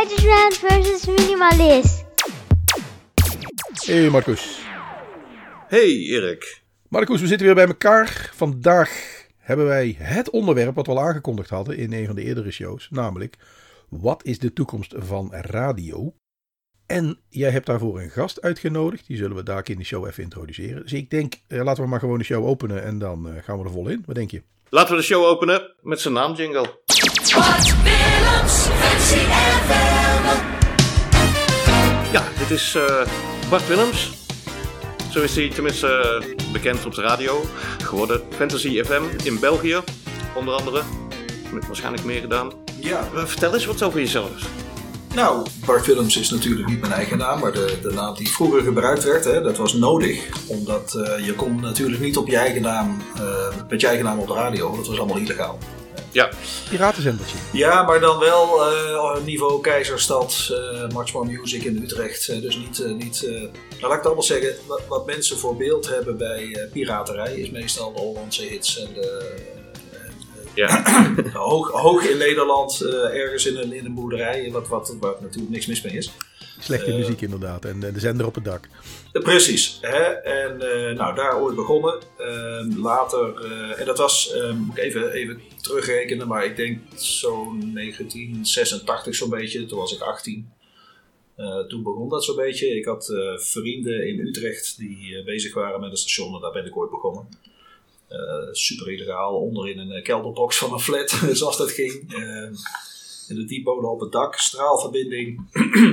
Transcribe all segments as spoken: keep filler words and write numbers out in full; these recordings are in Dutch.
Buitenland versus Minimalist. Hey Marcus. Hey Erik. Marcus, we zitten weer bij elkaar. Vandaag hebben wij het onderwerp wat we al aangekondigd hadden in een van de eerdere shows. Namelijk, wat is de toekomst van radio? En jij hebt daarvoor een gast uitgenodigd. Die zullen we daar in de show even introduceren. Dus ik denk, eh, laten we maar gewoon de show openen en dan uh, gaan we er vol in. Wat denk je? Laten we de show openen met zijn naamjingle. Bart Willems, Fancy F M. Ja, dit is uh, Bart Willems. Zo is hij tenminste uh, bekend op de radio geworden. Fantasy F M in België, onder andere. Met waarschijnlijk meer gedaan. Ja. Uh, vertel eens wat over jezelf. Nou, Bart Willems is natuurlijk niet mijn eigen naam, maar de, de naam die vroeger gebruikt werd, hè, dat was nodig. Omdat uh, je kon natuurlijk niet op je eigen naam, uh, met je eigen naam op de radio, dat was allemaal illegaal. Ja. Piratenzendertje. Ja, maar dan wel uh, niveau Keizerstad, uh, Much More Music in Utrecht. Uh, dus niet, uh, niet uh, nou, laat ik het allemaal zeggen, wat, wat mensen voor beeld hebben bij uh, piraterij is meestal de Hollandse hits en de... Ja. hoog, hoog in Nederland, uh, ergens in een, in een boerderij, wat, wat, waar natuurlijk niks mis mee is. Slechte uh, muziek inderdaad. En uh, de zender op het dak. Uh, precies. Hè? En uh, nou, daar ooit begonnen. Uh, later, uh, en dat was, uh, moet ik even, even terugrekenen, maar ik denk zo'n negentien zesentachtig zo'n beetje. Toen was ik achttien. Uh, toen begon dat zo'n beetje. Ik had uh, vrienden in Utrecht die uh, bezig waren met een station en daar ben ik ooit begonnen. Uh, super illegaal, onderin een uh, kelderbox van een flat, zoals dat ging. Uh, in de diepolen op het dak, straalverbinding.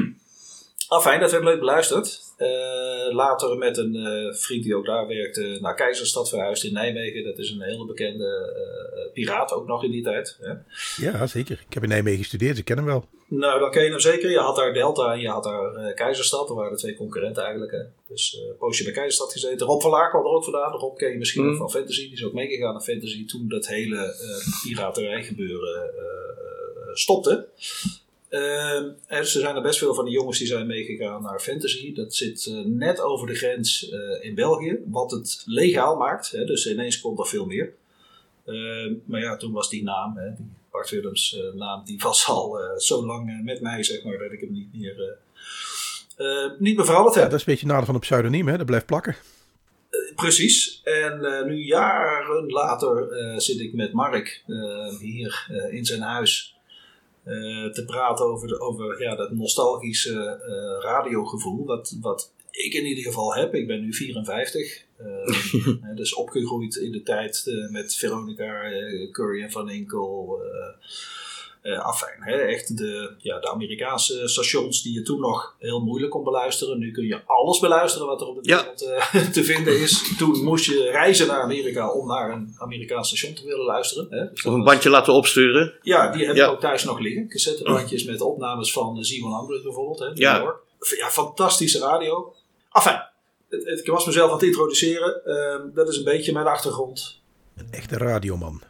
Afijn, dat werd leuk beluisterd. Uh, later met een uh, vriend die ook daar werkte naar Keizerstad verhuisd in Nijmegen. Dat is een hele bekende uh, piraat, ook nog in die tijd. Hè? Ja, zeker. Ik heb in Nijmegen gestudeerd, dus ik ken hem wel. Nou, dan ken je hem zeker. Je had daar Delta en je had daar uh, Keizerstad. Dat waren de twee concurrenten eigenlijk. Hè? Dus uh, poosje bij Keizerstad gezeten. Rob van Laar kwam er ook vandaan. Rob ken je misschien mm. nog van Fantasy. Die is ook meegegaan naar Fantasy toen dat hele uh, piraterij gebeuren uh, uh, stopte. Uh, dus er zijn er best veel van die jongens die zijn meegegaan naar Fantasy. Dat zit uh, net over de grens uh, in België. Wat het legaal maakt. Hè? Dus ineens komt er veel meer. Uh, maar ja, toen was die naam, hè, die Bart Willems uh, naam, die was al uh, zo lang uh, met mij, zeg maar, dat ik hem niet meer, uh, uh, niet meer veranderd heb. Ja, dat is een beetje nadeel van een pseudoniem, hè? Dat blijft plakken. Uh, precies. En uh, nu jaren later uh, zit ik met Mark uh, hier uh, in zijn huis uh, te praten over, de, over ja, dat nostalgische uh, radiogevoel, wat, wat ik in ieder geval heb. Ik ben nu vierenvijftig. Uh, dus opgegroeid in de tijd uh, met Veronica, uh, Curry en Van Inkel. Uh, uh, afijn, hè? Echt de, ja, de Amerikaanse stations die je toen nog heel moeilijk kon beluisteren. Nu kun je alles beluisteren wat er op de wereld ja. uh, te vinden is. Toen moest je reizen naar Amerika om naar een Amerikaans station te willen luisteren. Hè? Dus of een bandje was... laten opsturen. Ja, die heb ja. ik ook thuis nog liggen. Cassettebandjes met opnames van de Z honderd bijvoorbeeld. Hè? Ja. York. Ja, fantastische radio. Afijn. Ik was mezelf aan het introduceren. Uh, dat is een beetje mijn achtergrond. Een echte radioman.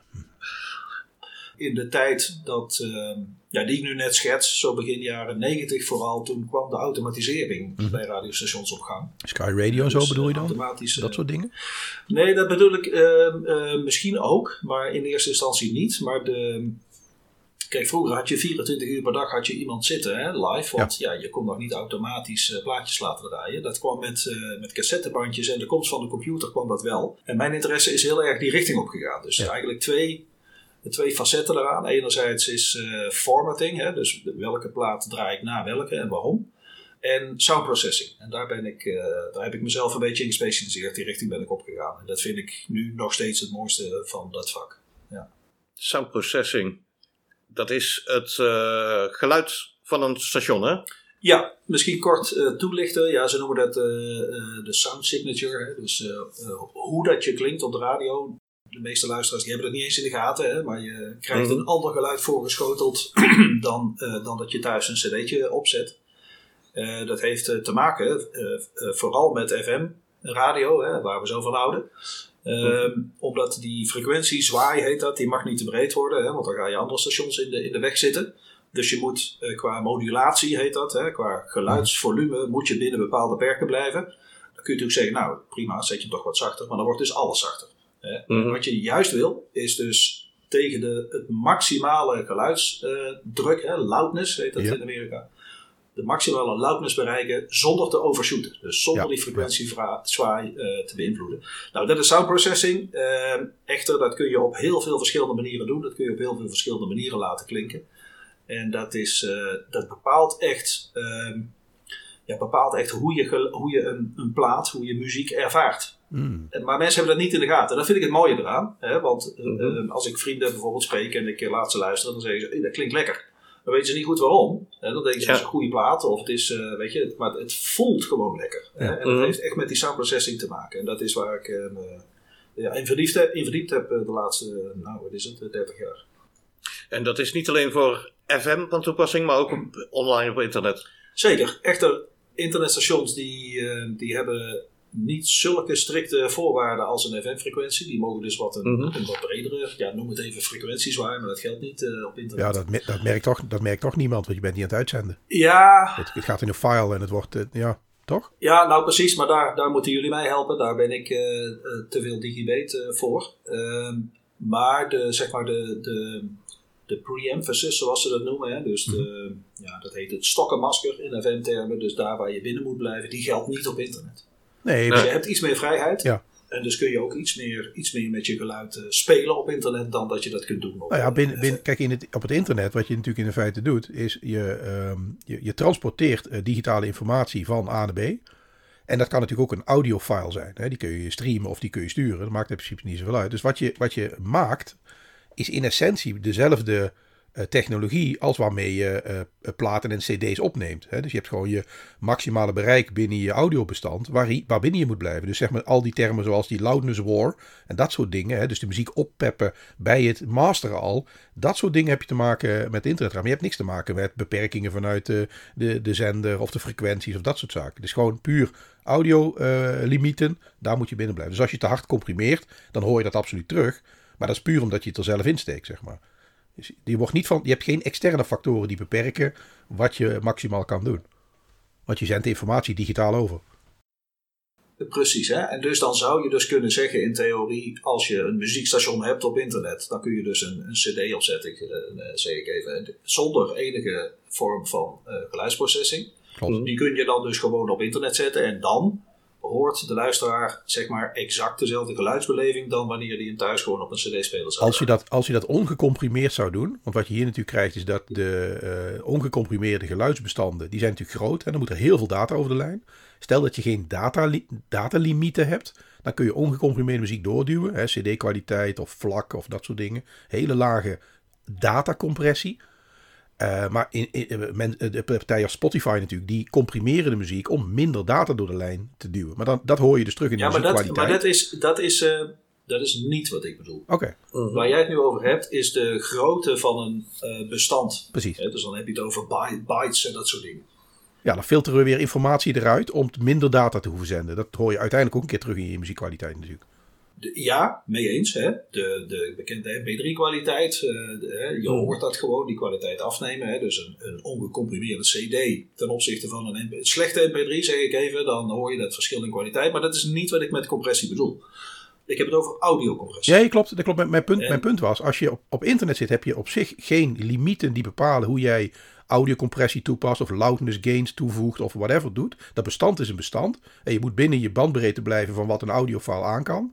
In de tijd dat, uh, ja, die ik nu net schets, zo begin jaren negentig vooral, toen kwam de automatisering mm-hmm. bij radiostations op gang. Sky Radio dus, zo bedoel je dan? Uh, dat soort dingen? Nee, dat bedoel ik uh, uh, misschien ook, maar in eerste instantie niet. Maar de... Kijk, vroeger had je vierentwintig uur per dag had je iemand zitten, hè, live. Want ja. ja, je kon nog niet automatisch uh, plaatjes laten draaien. Dat kwam met, uh, met cassettebandjes en de komst van de computer kwam dat wel. En mijn interesse is heel erg die richting opgegaan. Dus ja. eigenlijk twee, twee facetten eraan. Enerzijds is uh, formatting, hè, dus welke plaat draai ik na welke en waarom. En sound processing. En daar, ben ik, uh, daar heb ik mezelf een beetje in gespecialiseerd. Die richting ben ik opgegaan. En dat vind ik nu nog steeds het mooiste van dat vak. Ja. Sound processing. Dat is het uh, geluid van een station, hè? Ja, misschien kort uh, toelichten. Ja, ze noemen dat uh, uh, de sound signature. Hè? Dus uh, uh, hoe dat je klinkt op de radio. De meeste luisteraars die hebben dat niet eens in de gaten. Hè? Maar je krijgt mm-hmm. een ander geluid voorgeschoteld dan, uh, dan dat je thuis een cd'tje opzet. Uh, dat heeft uh, te maken uh, uh, vooral met F M radio, hè, waar we zo van houden. Um, omdat die frequentie, zwaai heet dat, die mag niet te breed worden, hè, want dan ga je andere stations in de, in de weg zitten. Dus je moet uh, qua modulatie heet dat, hè, qua geluidsvolume moet je binnen bepaalde perken blijven. Dan kun je natuurlijk zeggen, nou prima, zet je hem toch wat zachter, maar dan wordt dus alles zachter. Hè. Mm-hmm. Wat je juist wil, is dus tegen de, het maximale geluidsdruk, uh, loudness heet dat ja. in Amerika. De maximale loudness bereiken zonder te overshooten. Dus zonder ja. die frequentiezwaai uh, te beïnvloeden. Nou, dat is sound processing. Uh, echter, dat kun je op heel veel verschillende manieren doen. Dat kun je op heel veel verschillende manieren laten klinken. En dat, is, uh, dat bepaalt echt, uh, ja, bepaalt echt hoe je, hoe je een, een plaat, hoe je muziek ervaart. Mm. Maar mensen hebben dat niet in de gaten. Dat vind ik het mooie eraan. Hè? Want mm-hmm. uh, als ik vrienden bijvoorbeeld spreek en ik laat ze luisteren, dan zeggen ze, hey, dat klinkt lekker. Dan weten ze niet goed waarom. Hè? Dan denken ze, ja. het is een goede plaat. Of het is, uh, weet je, maar het voelt gewoon lekker. Hè? Ja. En dat mm. heeft echt met die sound processing te maken. En dat is waar ik uh, ja, in, verdiept heb, in verdiept heb de laatste, uh, nou wat is het, dertig jaar. En dat is niet alleen voor F M van toepassing, maar ook op, online op internet. Zeker. Echter, internetstations die, uh, die hebben niet zulke strikte voorwaarden als een F M-frequentie. Die mogen dus wat een, mm-hmm. een wat bredere, ja, noem het even frequentiezwaar, maar dat geldt niet uh, op internet. Ja, dat, dat, merkt toch, dat merkt toch niemand, want je bent niet aan het uitzenden. Ja. Het, het gaat in een file en het wordt, uh, ja, toch? Ja, nou precies, maar daar, daar moeten jullie mij helpen. Daar ben ik uh, uh, te veel digibet uh, voor. Uh, maar de, zeg maar de... de De pre-emphasis, zoals ze dat noemen. Hè? Dus de, ja, dat heet het stokkenmasker in F M-termen. Dus daar waar je binnen moet blijven, die geldt niet op internet. Nee, dus je hebt iets meer vrijheid. Ja. En dus kun je ook iets meer, iets meer met je geluid uh, spelen op internet dan dat je dat kunt doen op nou ja, binnen, binnen, kijk, in het, op het internet, wat je natuurlijk in feite doet, is je, um, je, je transporteert uh, digitale informatie van A naar B. En dat kan natuurlijk ook een audiofile zijn. Hè? Die kun je streamen of die kun je sturen. Dat maakt in principe niet zoveel uit. Dus wat je, wat je maakt, is in essentie dezelfde uh, technologie als waarmee je uh, platen en cd's opneemt. Hè? Dus je hebt gewoon je maximale bereik binnen je audiobestand waar, waarbinnen je moet blijven. Dus zeg maar al die termen zoals die loudness war en dat soort dingen. Hè? Dus de muziek oppeppen bij het masteren al. Dat soort dingen heb je te maken met internet. Maar je hebt niks te maken met beperkingen vanuit de, de, de zender of de frequenties of dat soort zaken. Dus gewoon puur audio uh, limieten, daar moet je binnen blijven. Dus als je te hard comprimeert, dan hoor je dat absoluut terug. Maar dat is puur omdat je het er zelf insteekt, zeg maar. Dus je, wordt niet van, je hebt geen externe factoren die beperken wat je maximaal kan doen. Want je zendt de informatie digitaal over. Precies, hè? En dus dan zou je dus kunnen zeggen in theorie, als je een muziekstation hebt op internet, dan kun je dus een, een cd opzetten, uh, zeg ik even, zonder enige vorm van uh, geluidsprocessing. Klopt. Die kun je dan dus gewoon op internet zetten en dan hoort de luisteraar zeg maar exact dezelfde geluidsbeleving dan wanneer die hem thuis gewoon op een cd-speler zou als je dat Als je dat ongecomprimeerd zou doen, want wat je hier natuurlijk krijgt is dat de uh, ongecomprimeerde geluidsbestanden, die zijn natuurlijk groot en dan moet er heel veel data over de lijn. Stel dat je geen datali- datalimieten hebt, dan kun je ongecomprimeerde muziek doorduwen, hè, cd-kwaliteit of vlak of dat soort dingen. Hele lage datacompressie. Uh, maar in, in, men, de partijen als Spotify natuurlijk, die comprimeren de muziek om minder data door de lijn te duwen. Maar dan, dat hoor je dus terug in de ja, muziekkwaliteit. Maar dat, maar dat, is, dat, is, uh, dat is niet wat ik bedoel. Oké. Okay. Uh-huh. Waar jij het nu over hebt, is de grootte van een uh, bestand. Precies. He, dus dan heb je het over by- bytes en dat soort dingen. Ja, dan filteren we weer informatie eruit om minder data te hoeven zenden. Dat hoor je uiteindelijk ook een keer terug in je muziekkwaliteit natuurlijk. De, ja, mee eens. Hè? De, de bekende M P drie kwaliteit. Uh, de, je hoort dat gewoon, die kwaliteit afnemen. Hè? Dus een, een ongecomprimeerde C D ten opzichte van een, een slechte M P drie, zeg ik even. Dan hoor je dat verschil in kwaliteit. Maar dat is niet wat ik met compressie bedoel. Ik heb het over audiocompressie. Ja, klopt. Dat klopt. Mijn punt, en, mijn punt was, als je op, op internet zit, heb je op zich geen limieten die bepalen hoe jij audiocompressie toepast of loudness gains toevoegt of whatever doet. Dat bestand is een bestand. En je moet binnen je bandbreedte blijven van wat een audiofile aan kan.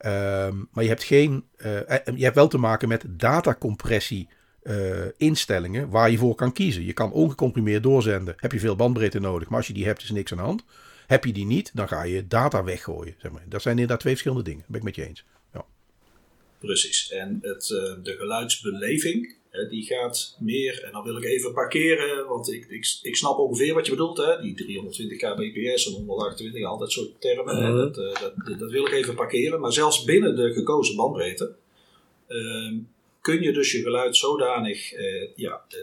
Um, maar je hebt, geen, uh, je hebt wel te maken met datacompressie uh, instellingen waar je voor kan kiezen. Je kan ongecomprimeerd doorzenden, heb je veel bandbreedte nodig. Maar als je die hebt is niks aan de hand. Heb je die niet, dan ga je data weggooien. Zeg maar. Dat zijn inderdaad twee verschillende dingen. Dat ben ik met je eens. Ja. Precies. En het, uh, de geluidsbeleving, hè, die gaat meer, en dan wil ik even parkeren, want ik, ik, ik snap ongeveer wat je bedoelt. Hè? Die driehonderdtwintig kbps en honderdachtentwintig, al dat soort termen. Uh-huh. Hè? Dat, uh, dat, dat wil ik even parkeren. Maar zelfs binnen de gekozen bandbreedte uh, kun je dus je geluid zodanig, uh, ja, uh,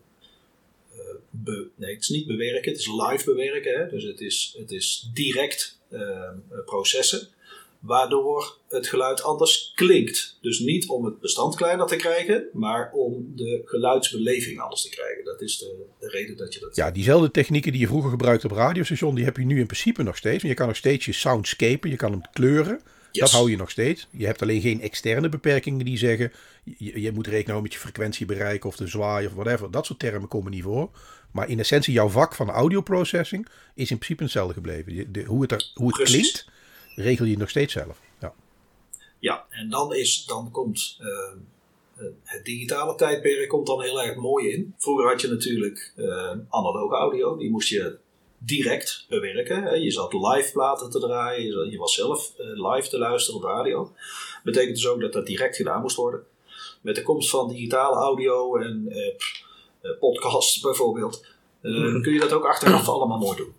uh, be, nee, het is niet bewerken, het is live bewerken. Hè? Dus het is, het is direct uh, processen. Waardoor het geluid anders klinkt. Dus niet om het bestand kleiner te krijgen, maar om de geluidsbeleving anders te krijgen. Dat is de, de reden dat je dat... Ja, diezelfde technieken die je vroeger gebruikte op radiostation, die heb je nu in principe nog steeds. Want je kan nog steeds je soundscapen, je kan hem kleuren. Yes. Dat hou je nog steeds. Je hebt alleen geen externe beperkingen die zeggen... Je, je moet rekening houden met je frequentiebereik of de zwaai of whatever. Dat soort termen komen niet voor. Maar in essentie jouw vak van audioprocessing is in principe hetzelfde gebleven. De, de, hoe het, er, hoe het klinkt, regel je nog steeds zelf. Ja, ja en dan, is, dan komt uh, uh, het digitale tijdperk komt dan heel erg mooi in. Vroeger had je natuurlijk uh, analoge audio. Die moest je direct bewerken. Hè. Je zat live platen te draaien. Je, zat, je was zelf uh, live te luisteren op radio. Dat betekent dus ook dat dat direct gedaan moest worden. Met de komst van digitale audio en uh, uh, podcasts bijvoorbeeld, uh, mm. kun je dat ook achteraf allemaal mooi doen.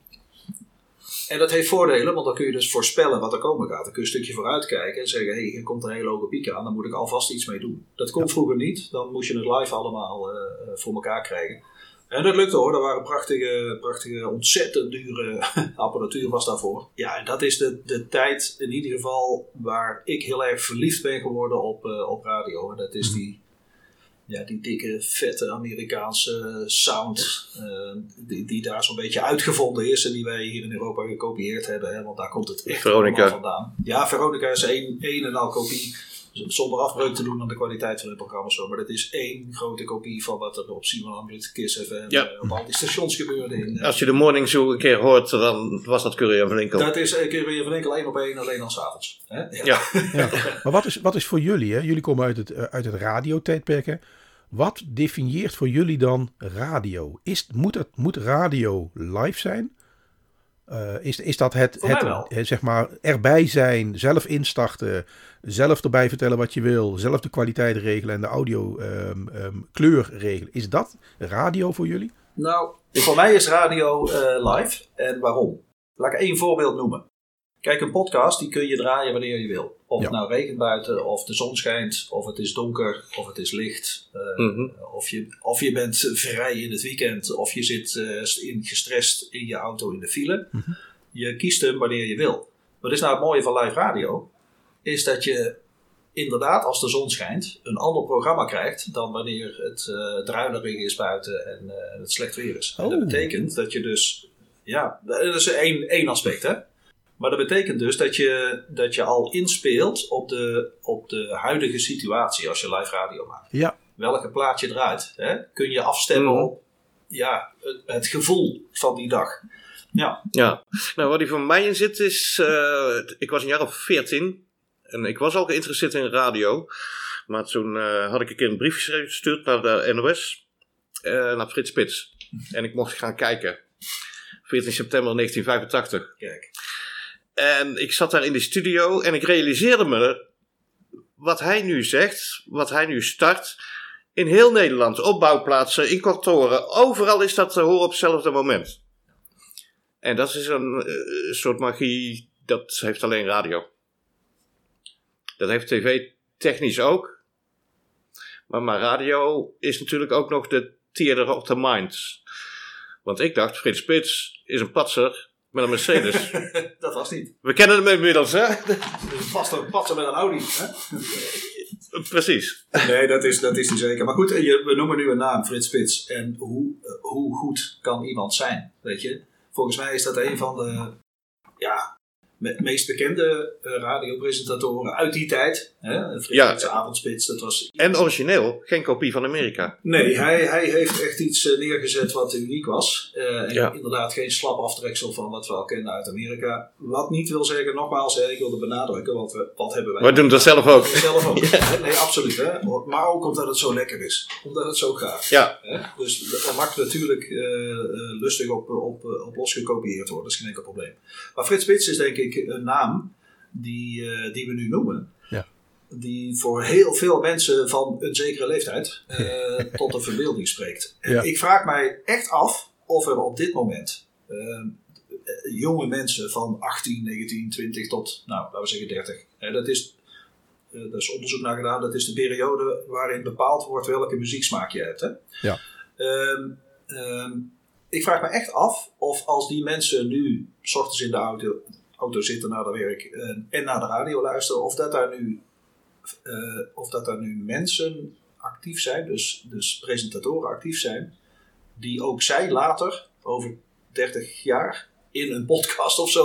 En dat heeft voordelen, want dan kun je dus voorspellen wat er komen gaat. Dan kun je een stukje vooruit kijken en zeggen, hé, hey, er komt een hele hoge piek aan, dan moet ik alvast iets mee doen. Dat kon vroeger niet, dan moest je het live allemaal uh, voor elkaar krijgen. En dat lukte hoor, er waren prachtige, prachtige ontzettend dure apparatuur was daarvoor. Ja, en dat is de, de tijd in ieder geval waar ik heel erg verliefd ben geworden op, uh, op radio. En dat is die, ja, die dikke, vette Amerikaanse sound uh, die, die daar zo'n beetje uitgevonden is en die wij hier in Europa gekopieerd hebben. Hè, want daar komt het echt Veronica vandaan. Ja, Veronica is één, één en al kopie. Zonder afbreuk te doen aan de kwaliteit van het programma. Zo. Maar dat is één grote kopie van wat er op Simon honderd, Kiss F M, ja. uh, op al die stations gebeurde. In, uh, Als je de Morning Zoo een keer hoort, dan was dat Currie van Enkel. Dat is Currie van Enkel één op één, alleen dan 's avonds. Hè? Ja. Ja. Ja. Maar wat is, wat is voor jullie, hè? Jullie komen uit het, uh, uit het radiotijdperk, hè? Wat definieert voor jullie dan radio? Is, moet, het, moet radio live zijn? Uh, is, is dat het, het, het zeg maar erbij zijn, zelf instarten, zelf erbij vertellen wat je wil, zelf de kwaliteit regelen en de audio um, um, kleur regelen? Is dat radio voor jullie? Nou, voor mij is radio uh, live. En waarom? Laat ik één voorbeeld noemen. Kijk, een podcast die kun je draaien wanneer je wil. Of ja. het nou regent buiten, of de zon schijnt, of het is donker, of het is licht. Uh, mm-hmm. of, je, of je bent vrij in het weekend, of je zit uh, in, gestrest in je auto in de file. Mm-hmm. Je kiest hem wanneer je wil. Wat is nou het mooie van live radio? Is dat je inderdaad, als de zon schijnt, een ander programma krijgt dan wanneer het uh, druilerig is buiten en uh, het slecht weer is. Oh. En dat betekent dat je dus, ja, dat is één, één aspect, hè. Maar dat betekent dus dat je, dat je al inspeelt op de, op de huidige situatie als je live radio maakt. Ja. Welke plaat je draait. Hè? Kun je afstemmen mm. op ja, het, het gevoel van die dag. Ja. Ja. Nou, wat er voor mij in zit is... Uh, ik was een jaar of veertien. En ik was al geïnteresseerd in radio. Maar toen uh, had ik een keer een briefje gestuurd naar de N O S. Uh, naar Frits Spits. En ik mocht gaan kijken. veertien september negentien vijfentachtig. Kijk. En ik zat daar in de studio en ik realiseerde me wat hij nu zegt, wat hij nu start, in heel Nederland, op bouwplaatsen, in kantoren, overal is dat te horen op hetzelfde moment. En dat is een uh, soort magie, dat heeft alleen radio. Dat heeft tv technisch ook. Maar, maar radio is natuurlijk ook nog de theater of the mind. Want ik dacht, Frits Spits is een patser met een Mercedes. Dat was niet. We kennen hem inmiddels, hè? Vast een patser met een Audi, hè? Precies. Nee, dat is, dat is niet zeker. Maar goed, je, we noemen nu een naam, Frits Spits. En hoe, uh, hoe goed kan iemand zijn, weet je? Volgens mij is dat een van de ja, me, meest bekende uh, radiopresentatoren uit die tijd. Hè? Frits ja. Spits, Avondspits, dat was... En origineel, geen kopie van Amerika. Nee, hij, hij heeft echt iets uh, neergezet wat uniek was. Uh, en ja. inderdaad geen slap aftreksel van wat we al kennen uit Amerika. Wat niet wil zeggen, nogmaals, hè, ik wilde benadrukken, want we, wat hebben wij... We doen dat zelf ook. Zelf ook, ja. Nee, absoluut. Hè? Maar ook omdat het zo lekker is. Omdat het zo gaat. Ja. Hè? Dus er mag natuurlijk uh, uh, lustig op, op, op losgekopieerd worden, dat is geen enkel probleem. Maar Frits Spits is denk ik een naam die, uh, die we nu noemen. Ja. Die voor heel veel mensen van een zekere leeftijd uh, tot de verbeelding spreekt. Ja. Ik vraag mij echt af of er op dit moment uh, jonge mensen van achttien, negentien, twintig tot, nou, laten we zeggen dertig. Hè, dat is, uh, daar is onderzoek naar gedaan. Dat is de periode waarin bepaald wordt welke muzieksmaak je hebt. Hè? Ja. Um, um, ik vraag me echt af of als die mensen nu 's ochtends in de auto, auto zitten naar de werk uh, en naar de radio luisteren, of dat daar nu Uh, of dat er nu mensen actief zijn, dus, dus presentatoren actief zijn, die ook zij later, over dertig jaar, in een podcast of zo,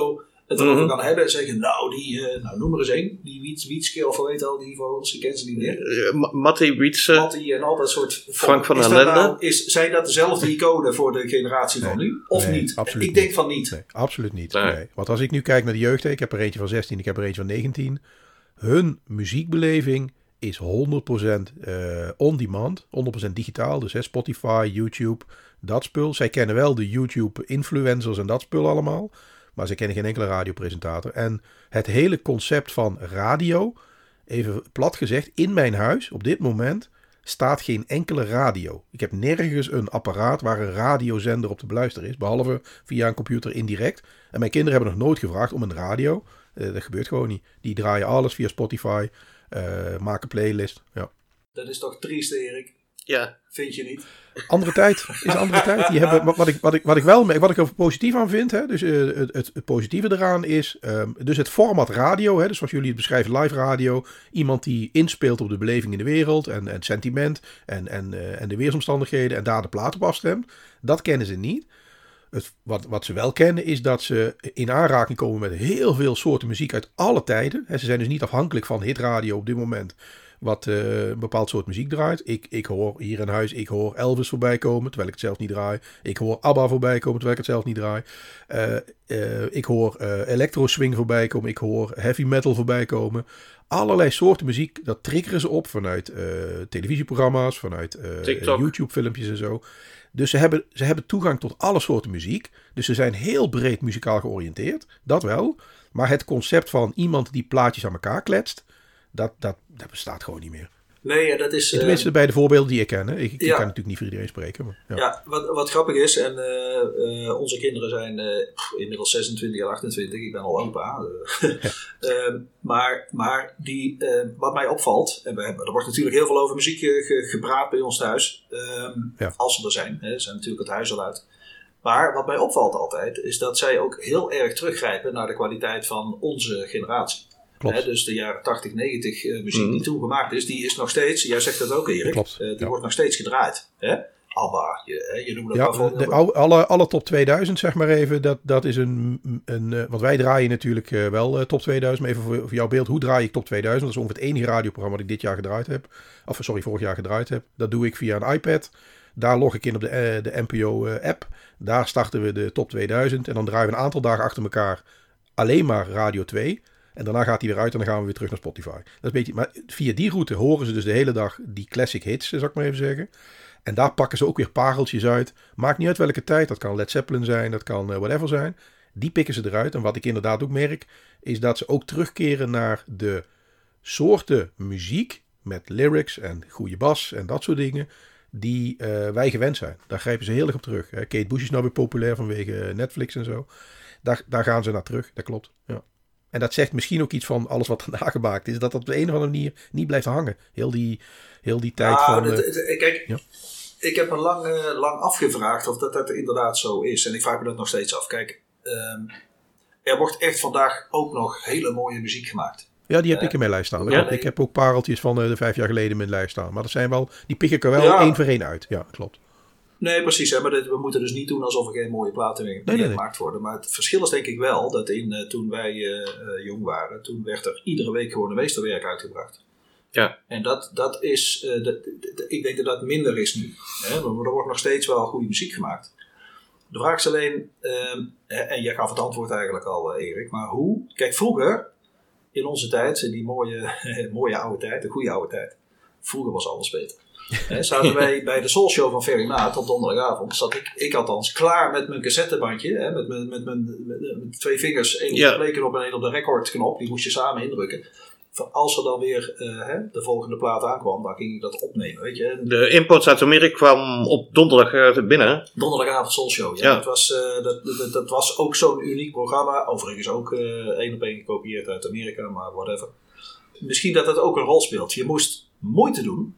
het erover Mm-hmm. kan hebben en zeggen, nou, die, uh, nou noem er eens één. Die Wiets, Wietske of weet al, die vogels, die kennen ze niet meer. Uh, Ma- Matti Wietse. Matti en al dat soort... Frank van is der dat Lende. nou, is, Zijn dat dezelfde iconen voor de generatie van Nee. nu? Of Nee, niet? absoluut Ik denk niet. van niet. Nee, absoluut niet. Nee. Nee. Want als ik nu kijk naar de jeugd, ik heb er eentje van zestien, ik heb er eentje van negentien. Hun muziekbeleving is honderd procent uh, on-demand, honderd procent digitaal. Dus hè, Spotify, YouTube, dat spul. Zij kennen wel de YouTube-influencers en dat spul allemaal. Maar ze kennen geen enkele radiopresentator. En het hele concept van radio, even plat gezegd, in mijn huis op dit moment staat geen enkele radio. Ik heb nergens een apparaat waar een radiozender op te beluisteren is. Behalve via een computer indirect. En mijn kinderen hebben nog nooit gevraagd om een radio. Uh, dat gebeurt gewoon niet. Die draaien alles via Spotify. Uh, maken playlist. Ja. Dat is toch triest, Erik? Ja. Vind je niet? Andere tijd is een andere tijd. Die hebben, wat, ik, wat, ik, wat ik wel wat ik er positief aan vind. Hè, dus uh, het, het, het positieve eraan is. Um, dus het format radio. Hè, dus zoals jullie het beschrijven, live radio. Iemand die inspeelt op de beleving in de wereld. En, en het sentiment. En, en, uh, en de weersomstandigheden. En daar de plaat op afstemt. Dat kennen ze niet. Het, wat, wat ze wel kennen is dat ze in aanraking komen met heel veel soorten muziek uit alle tijden. He, ze zijn dus niet afhankelijk van hitradio op dit moment. Wat uh, een bepaald soort muziek draait. Ik, ik hoor hier in huis, ik hoor Elvis voorbij komen, terwijl ik het zelf niet draai. Ik hoor ABBA voorbij komen, terwijl ik het zelf niet draai. Uh, uh, ik hoor uh, electro swing voorbij komen. Ik hoor heavy metal voorbij komen. Allerlei soorten muziek, dat triggeren ze op vanuit uh, televisieprogramma's, vanuit uh, YouTube filmpjes en zo. Dus ze hebben, ze hebben toegang tot alle soorten muziek. Dus ze zijn heel breed muzikaal georiënteerd. Dat wel. Maar het concept van iemand die plaatjes aan elkaar kletst, dat, dat, dat bestaat gewoon niet meer. Nee, dat is... Tenminste, uh, bij de voorbeelden die ik ken. Hè. Ik, ik ja. kan natuurlijk niet voor iedereen spreken. Maar, ja, ja wat, wat grappig is, en uh, uh, onze kinderen zijn uh, inmiddels zesentwintig en achtentwintig. Ik ben al opa. Uh, ja. uh, maar maar die, uh, wat mij opvalt, en we hebben, er wordt natuurlijk heel veel over muziek ge, gepraat bij ons thuis. Um, ja. Als ze er zijn. Hè. Ze zijn natuurlijk het huis al uit. Maar wat mij opvalt altijd, is dat zij ook heel erg teruggrijpen naar de kwaliteit van onze generatie. He, dus de jaren tachtig, negentig uh, muziek mm. die toen gemaakt is, die is nog steeds, jij zegt dat ook Erik, uh, die ja. wordt nog steeds gedraaid. Hè? ABBA, je, je noemt dat ja, wel de, alle, alle top tweeduizend zeg maar even, dat, dat is een, een uh, want wij draaien natuurlijk uh, wel uh, top tweeduizend, maar even voor, voor jouw beeld, hoe draai ik top tweeduizend? Dat is ongeveer het enige radioprogramma dat ik dit jaar gedraaid heb, of sorry, vorig jaar gedraaid heb. Dat doe ik via een iPad. Daar log ik in op de, uh, de N P O-app. Uh, Daar starten we de top tweeduizend en dan draaien we een aantal dagen achter elkaar alleen maar Radio twee. En daarna gaat hij weer uit en dan gaan we weer terug naar Spotify. Dat is een beetje, maar via die route horen ze dus de hele dag die classic hits, zal ik maar even zeggen. En daar pakken ze ook weer pareltjes uit. Maakt niet uit welke tijd. Dat kan Led Zeppelin zijn, dat kan uh, whatever zijn. Die pikken ze eruit. En wat ik inderdaad ook merk, is dat ze ook terugkeren naar de soorten muziek met lyrics en goede bas en dat soort dingen die uh, wij gewend zijn. Daar grijpen ze heel erg op terug. Hè. Kate Bush is nou weer populair vanwege Netflix en zo. Daar, daar gaan ze naar terug, dat klopt. Ja. En dat zegt misschien ook iets van alles wat er nagemaakt is. Dat dat op de een of andere manier niet blijft hangen. Heel die, heel die tijd ah, van... Het, het, het, kijk, ja. ik heb me lang, uh, lang afgevraagd of dat, dat inderdaad zo is. En ik vraag me dat nog steeds af. Kijk, um, er wordt echt vandaag ook nog hele mooie muziek gemaakt. Ja, die heb uh, ik in mijn lijst staan. Ja, ik heb ook pareltjes van uh, de vijf jaar geleden in mijn lijst staan. Maar dat zijn wel, die pik ik er wel ja. één voor één uit. Ja, klopt. Nee, precies. Hè, maar dit, we moeten dus niet doen alsof er geen mooie platen meer nee, nee, gemaakt nee. worden. Maar het verschil is denk ik wel dat in, uh, toen wij uh, uh, jong waren, toen werd er iedere week gewoon een meesterwerk uitgebracht. Ja. En dat, dat is, uh, de, de, de, ik denk dat dat minder is nu. Hè? Er wordt nog steeds wel goede muziek gemaakt. De vraag is alleen, uh, en jij gaf het antwoord eigenlijk al, uh, Erik, maar hoe? Kijk, vroeger, in onze tijd, die mooie, mooie oude tijd, de goede oude tijd, vroeger was alles beter. He, zaten wij bij de Soul Show van Ferry Maat op donderdagavond. Zat ik, ik althans, klaar met mijn cassettebandje. He, met, met, met, met, met, met twee vingers. één ja. op de playknop en één op de recordknop. Die moest je samen indrukken. Als er dan weer uh, he, de volgende plaat aankwam, dan ging ik dat opnemen. Weet je. De import uit Amerika kwam op donderdag binnen. Donderdagavond Soul Show. Ja. Ja. Dat, was, uh, dat, dat, dat was ook zo'n uniek programma. Overigens ook uh, één op één gekopieerd uit Amerika. Maar whatever. Misschien dat dat ook een rol speelt. Je moest moeite doen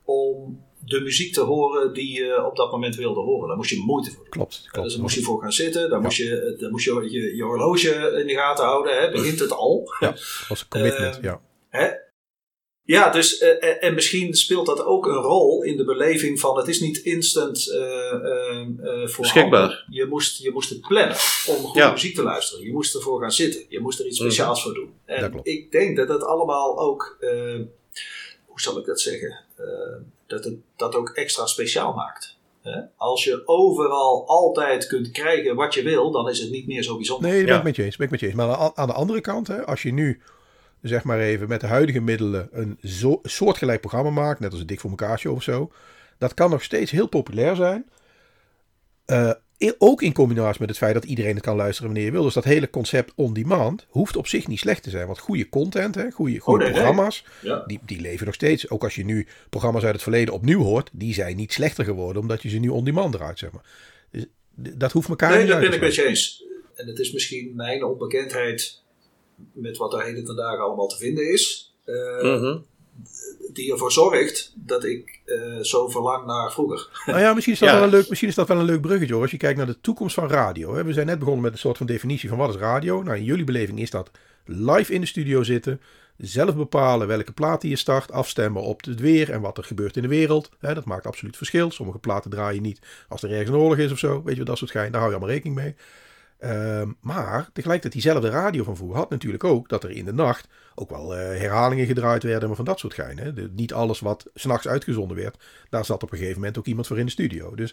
om de muziek te horen die je op dat moment wilde horen. Daar moest je moeite voor doen. Klopt. klopt. Dus daar moest je voor gaan zitten. Daar ja. moest je, daar moest je, je je horloge in de gaten houden. Hè. Begint het al. Ja, dat was een commitment. Uh, ja. Hè? Ja, dus uh, en misschien speelt dat ook een rol in de beleving van het is niet instant uh, uh, uh, beschikbaar. Je moest, je moest het plannen om goede ja. muziek te luisteren. Je moest ervoor gaan zitten. Je moest er iets speciaals mm. voor doen. En ik denk dat dat allemaal ook, uh, hoe zal ik dat zeggen, uh, dat het dat ook extra speciaal maakt. Hè? Als je overal altijd kunt krijgen wat je wil, dan is het niet meer zo bijzonder. Nee, dat ben ik met je eens. Ben ik met je eens. Maar aan de andere kant, hè, als je nu zeg maar even met de huidige middelen een zo, soortgelijk programma maakt, net als een Dik voor elkaar show of zo, dat kan nog steeds heel populair zijn. Uh, ook in combinatie met het feit dat iedereen het kan luisteren wanneer je wil. Dus dat hele concept on demand hoeft op zich niet slecht te zijn. Want goede content, hè, goede, goede oh, nee, programma's, nee. Ja. Die, die leven nog steeds. Ook als je nu programma's uit het verleden opnieuw hoort, die zijn niet slechter geworden omdat je ze nu on demand draait, zeg maar. Dus, dat hoeft elkaar nee, niet uit te Nee, dat ben ik met je eens. En het is misschien mijn onbekendheid met wat er heden ten dagen allemaal te vinden is, uh, mm-hmm. die ervoor zorgt dat ik uh, zo verlang naar vroeger. Nou ja, misschien is dat, ja. wel, een leuk, misschien is dat wel een leuk bruggetje hoor. Als je kijkt naar de toekomst van radio. Hè. We zijn net begonnen met een soort van definitie van wat is radio. Nou, in jullie beleving is dat live in de studio zitten, zelf bepalen welke platen je start, afstemmen op het weer en wat er gebeurt in de wereld. Hè, dat maakt absoluut verschil. Sommige platen draaien niet als er ergens een oorlog is of zo. Weet je, dat soort gein. Daar hou je allemaal rekening mee. Um, maar tegelijkertijd diezelfde radio van vroeger had natuurlijk ook dat er in de nacht ook wel uh, herhalingen gedraaid werden, maar van dat soort gein. Hè? De, niet alles wat 's nachts uitgezonden werd, daar zat op een gegeven moment ook iemand voor in de studio. Dus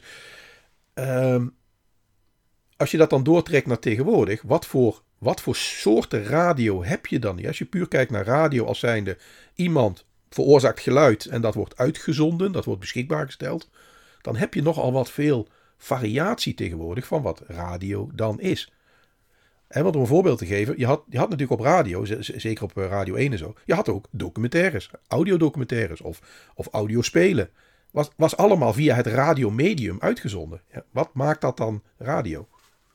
um, als je dat dan doortrekt naar tegenwoordig, wat voor, wat voor soorten radio heb je dan niet? Als je puur kijkt naar radio als zijnde iemand veroorzaakt geluid en dat wordt uitgezonden, dat wordt beschikbaar gesteld, dan heb je nogal wat veel variatie tegenwoordig van wat radio dan is. En want om een voorbeeld te geven, je had, je had natuurlijk op radio, z- zeker op Radio één en zo, je had ook documentaires, audiodocumentaires of, of audiospelen. Was, was allemaal via het radiomedium uitgezonden. Ja, wat maakt dat dan radio?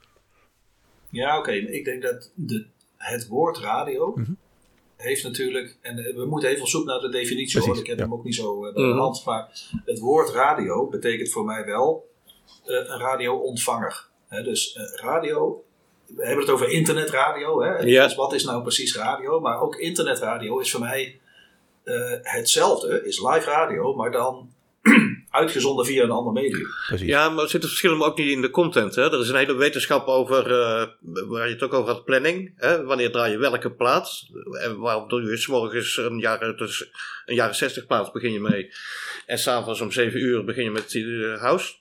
Ja, oké. Okay. Ik denk dat de, het woord radio mm-hmm. heeft natuurlijk, en we moeten even op zoek naar de definitie, Precies, hoor. Ik heb ja. hem ook niet zo uh, bij de hand, maar het woord radio betekent voor mij wel Uh, een radioontvanger. He, dus uh, radio, we hebben het over internetradio. Hè? Ja. Dus wat is nou precies radio? Maar ook internetradio is voor mij uh, hetzelfde, is live radio, maar dan uitgezonden via een ander medium. Precies. Ja, maar er zitten verschillen ook niet in de content. Hè? Er is een hele wetenschap over, uh, waar je het ook over had, planning. Hè? Wanneer draai je welke plaats? En waarom doe je 's morgens een jaren, dus een jaren zestig plaats begin je mee. En s'avonds om zeven uur begin je met uh, house.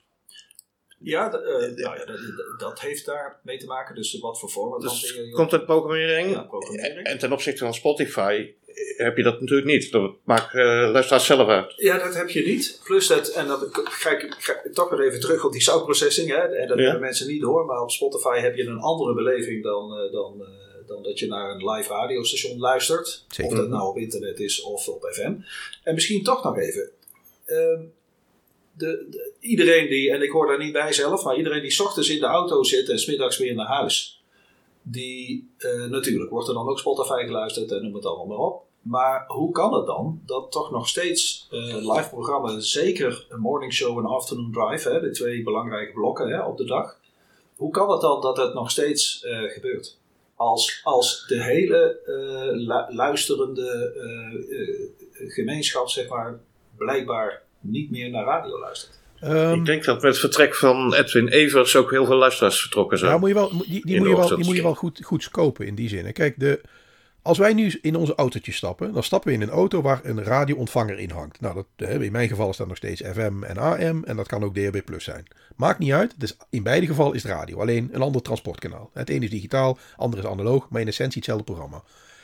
Ja, d- uh, nou ja dat, dat heeft daar mee te maken. Dus wat voor vorm? Dus je, contentprogrammering. Ja, programmering. En ten opzichte van Spotify heb je dat natuurlijk niet. Dat maakt uh, luisteraars zelf uit. Ja, dat heb je niet. Plus dat, en dan ga ik, ga ik toch weer even terug op die sound processing. Hè? En dat ja. hebben mensen niet door. Maar op Spotify heb je een andere beleving dan, uh, dan, uh, dan dat je naar een live radiostation luistert. Zeker. Of dat nou op internet is of op F M. En misschien toch nog even. Uh, De, de, iedereen die, en ik hoor daar niet bij zelf, maar iedereen die 's ochtends in de auto zit en 's middags weer naar huis, die uh, natuurlijk wordt er dan ook Spotify geluisterd en noem het allemaal maar op. Maar hoe kan het dan dat toch nog steeds uh, live programma's, zeker een morning show en afternoon drive, hè, de twee belangrijke blokken hè, op de dag, hoe kan het dan dat het nog steeds uh, gebeurt? Als, als de hele uh, lu- luisterende uh, uh, gemeenschap, zeg maar, blijkbaar niet meer naar radio luistert. Um, ik denk dat met het vertrek van Edwin Evers ook heel veel luisteraars vertrokken zijn. Ja, moet je wel, die, die, moet je wel, die moet je wel goed, goed scopen in die zin. Kijk, de, als wij nu in onze autootje stappen, dan stappen we in een auto waar een radioontvanger in hangt. Nou, dat, in mijn geval is dat nog steeds F M en A M en dat kan ook D H B plus zijn. Maakt niet uit, dus in beide gevallen is het radio. Alleen een ander transportkanaal. Het ene is digitaal, het andere is analoog, maar in essentie hetzelfde programma.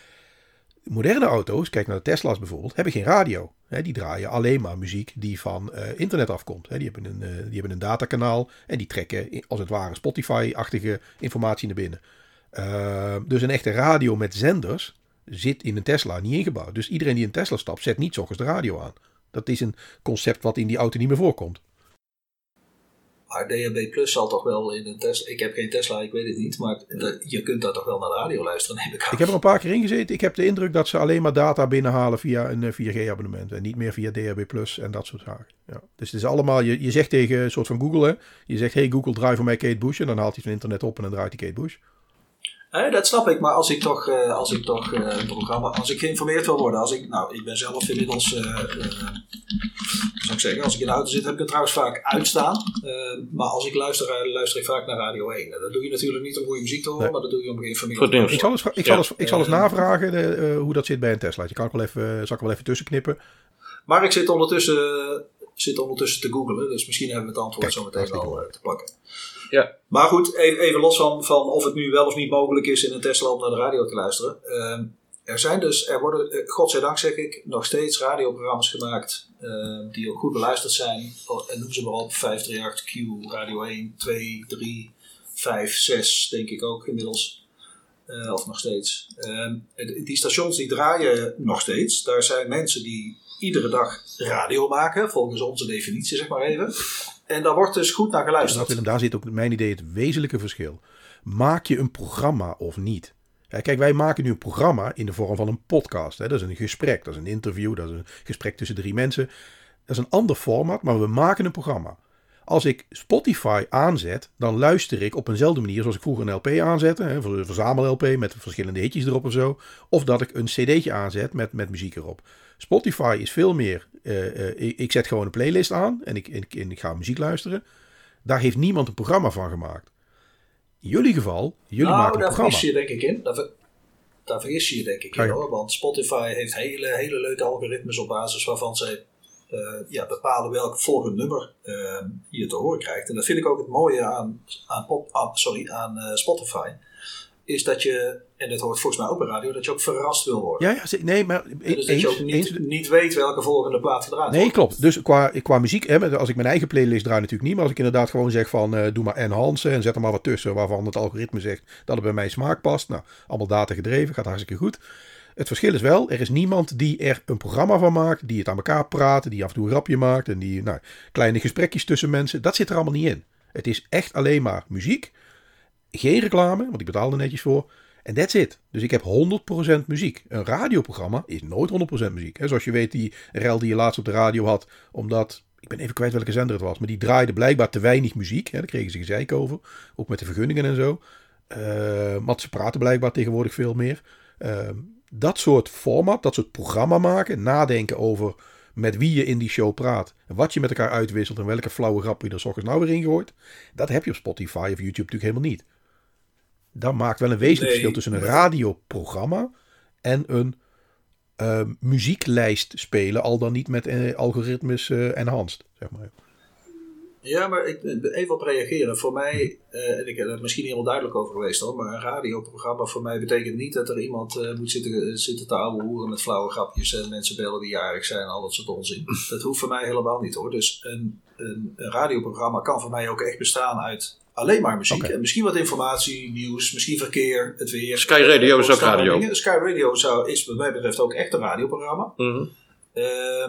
Moderne auto's, kijk naar de Tesla's bijvoorbeeld, hebben geen radio. He, die draaien alleen maar muziek die van uh, internet afkomt. He, die, hebben een, uh, die hebben een datakanaal en die trekken als het ware Spotify-achtige informatie naar binnen. Uh, dus een echte radio met zenders zit in een Tesla niet ingebouwd. Dus iedereen die in een Tesla stapt, zet niet 's ochtends de radio aan. Dat is een concept wat in die auto niet meer voorkomt. Maar D H B plus zal toch wel in een Tesla... Ik heb geen Tesla, ik weet het niet. Maar de, je kunt daar toch wel naar de radio luisteren, neem ik aan. Ik heb er een paar keer in gezeten. Ik heb de indruk dat ze alleen maar data binnenhalen via een vier G abonnement. En niet meer via D H B plus en dat soort zaken. Ja. Dus het is allemaal... Je, je zegt tegen een soort van Google, hè. Je zegt, hey Google, draai voor mij Kate Bush. En dan haalt hij van internet op en dan draait hij Kate Bush. Eh, dat snap ik, maar als ik toch, uh, als ik toch uh, een programma, als ik geïnformeerd wil worden, als ik, nou, ik ben zelf inmiddels, uh, uh, zou ik zeggen, als ik in de auto zit, heb ik het trouwens vaak uitstaan. Uh, maar als ik luister, luister ik vaak naar Radio één. Dat doe je natuurlijk niet om goede muziek te horen, nee. maar dat doe je om geïnformeerd te worden. Ik zal eens, ik zal eens, ik zal eens uh, navragen de, uh, hoe dat zit bij een Tesla. Je kan ik wel even, zal ik wel even tussenknippen. Maar ik zit ondertussen, zit ondertussen te googlen, dus misschien hebben we het antwoord zo meteen al uh, te pakken. Ja. Maar goed, even, even los van, van of het nu wel of niet mogelijk is in een Tesla om naar de radio te luisteren. Uh, er zijn dus, er worden, uh, godzijdank zeg ik, nog steeds radioprogramma's gemaakt uh, die ook goed beluisterd zijn. Oh, en noem ze maar op, vijf drie acht, Q, Radio één, twee, drie, vijf, zes denk ik ook inmiddels. Uh, of nog steeds. Uh, die stations die draaien nog steeds. Daar zijn mensen die iedere dag radio maken, volgens onze definitie zeg maar even. En daar wordt dus goed naar geluisterd. Ja, Willem, daar zit ook mijn idee het wezenlijke verschil. Maak je een programma of niet? Ja, kijk, wij maken nu een programma in de vorm van een podcast. Hè. Dat is een gesprek, dat is een interview, dat is een gesprek tussen drie mensen. Dat is een ander format, maar we maken een programma. Als ik Spotify aanzet, dan luister ik op eenzelfde manier zoals ik vroeger een L P aanzette. Hè, een verzamel-L P met verschillende hitjes erop of zo. Of dat ik een cd'tje aanzet met, met muziek erop. Spotify is veel meer, uh, uh, ik, ik zet gewoon een playlist aan en ik, en, ik, en ik ga muziek luisteren. Daar heeft niemand een programma van gemaakt. In jullie geval, jullie nou, maken een programma. Nou, daar vergis je denk ik in. Daar, ver, daar vergis je denk ik in, hoor. Want Spotify heeft hele, hele leuke algoritmes op basis waarvan zij uh, ja, bepalen welk volgend nummer uh, je te horen krijgt. En dat vind ik ook het mooie aan, aan, pop, aan, sorry, aan uh, Spotify. Is dat je, en dat hoort volgens mij ook bij radio, dat je ook verrast wil worden. Ja, ja nee, maar dus eens, dat je ook niet, eens, niet weet welke volgende plaat gedraaid nee, wordt. Nee, klopt. Dus qua, qua muziek, hè, als ik mijn eigen playlist draai natuurlijk niet, maar als ik inderdaad gewoon zeg van uh, doe maar enhance en zet er maar wat tussen waarvan het algoritme zegt dat het bij mijn smaak past. Nou, allemaal data gedreven, gaat hartstikke goed. Het verschil is wel, er is niemand die er een programma van maakt, die het aan elkaar praat, die af en toe een grapje maakt en die nou, kleine gesprekjes tussen mensen. Dat zit er allemaal niet in. Het is echt alleen maar muziek, geen reclame, want ik betaal er netjes voor. En that's it. Dus ik heb honderd procent muziek. Een radioprogramma is nooit honderd procent muziek. He, zoals je weet, die rel die je laatst op de radio had. Omdat, ik ben even kwijt welke zender het was. Maar die draaide blijkbaar te weinig muziek. He, daar kregen ze gezeik over. Ook met de vergunningen en zo. Uh, maar ze praten blijkbaar tegenwoordig veel meer. Uh, dat soort format, dat soort programma maken. Nadenken over met wie je in die show praat. En wat je met elkaar uitwisselt. En welke flauwe grap je er 's ochtends nou weer in gooit. Dat heb je op Spotify of YouTube natuurlijk helemaal niet. Dat maakt wel een wezenlijk nee. verschil tussen een radioprogramma en een uh, muzieklijst spelen, al dan niet met uh, algoritmes uh, enhanced, zeg maar. Ja, maar ik even op reageren. Voor mij, uh, en ik heb er misschien niet helemaal duidelijk over geweest hoor, maar een radioprogramma voor mij betekent niet dat er iemand uh, moet zitten, zitten te ouwe hoeren met flauwe grapjes en mensen bellen die jarig zijn en al dat soort onzin. Dat hoeft voor mij helemaal niet hoor. Dus een, een, een radioprogramma kan voor mij ook echt bestaan uit alleen maar muziek. Okay. En misschien wat informatie, nieuws, misschien verkeer, het weer. Sky Radio is ook radio. Dingen. Sky Radio zou, is wat mij betreft ook echt een radioprogramma. Mm-hmm. Uh,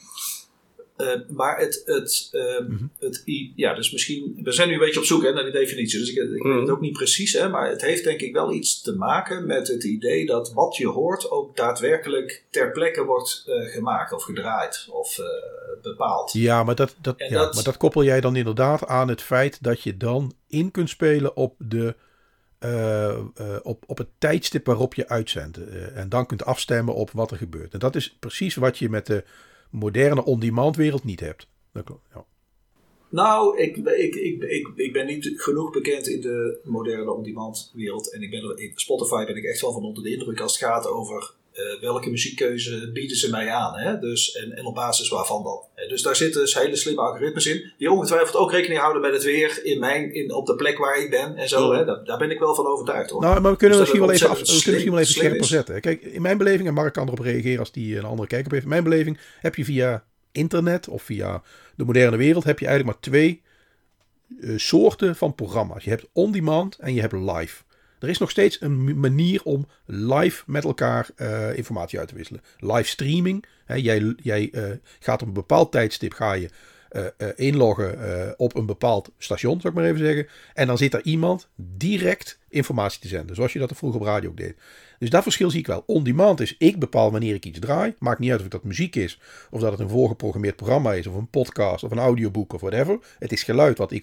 Uh, maar het, het, uh, mm-hmm. het, ja, dus misschien, we zijn nu een beetje op zoek hè, naar die definitie, dus ik, ik mm-hmm. weet het ook niet precies, hè, maar het heeft denk ik wel iets te maken met het idee dat wat je hoort ook daadwerkelijk ter plekke wordt uh, gemaakt of gedraaid of uh, bepaald. Ja, maar dat, dat, ja dat, maar dat koppel jij dan inderdaad aan het feit dat je dan in kunt spelen op, de, uh, uh, op, op het tijdstip waarop je uitzendt uh, en dan kunt afstemmen op wat er gebeurt. En dat is precies wat je met de moderne on-demand wereld niet hebt. Dat klopt, ja. Nou, ik, ik, ik, ik, ik ben niet genoeg bekend in de moderne on-demand wereld. En ik ben, in Spotify ben ik echt wel van onder de indruk als het gaat over uh, welke muziekkeuze bieden ze mij aan. Hè? Dus, en, en op basis waarvan dan. Dus daar zitten dus hele slimme algoritmes in. Die ongetwijfeld ook rekening houden met het weer in mijn, in, op de plek waar ik ben. En zo. Hè? Daar, daar ben ik wel van overtuigd hoor. Nou, maar we kunnen dus misschien wel even, af, we kunnen misschien wel even scherper zetten. Kijk, in mijn beleving, en Mark kan erop reageren als die een andere kijk op heeft. In mijn beleving heb je via internet of via de moderne wereld heb je eigenlijk maar twee uh, soorten van programma's. Je hebt on-demand en je hebt live. Er is nog steeds een manier om live met elkaar uh, informatie uit te wisselen. Live streaming. Hè, jij jij uh, gaat op een bepaald tijdstip ga je uh, uh, inloggen uh, op een bepaald station, zou ik maar even zeggen. En dan zit er iemand direct informatie te zenden. Zoals je dat vroeger op radio ook deed. Dus dat verschil zie ik wel. On-demand is, ik bepaal wanneer ik iets draai. Maakt niet uit of dat muziek is, of dat het een voorgeprogrammeerd programma is, of een podcast, of een audioboek, of whatever. Het is geluid wat ik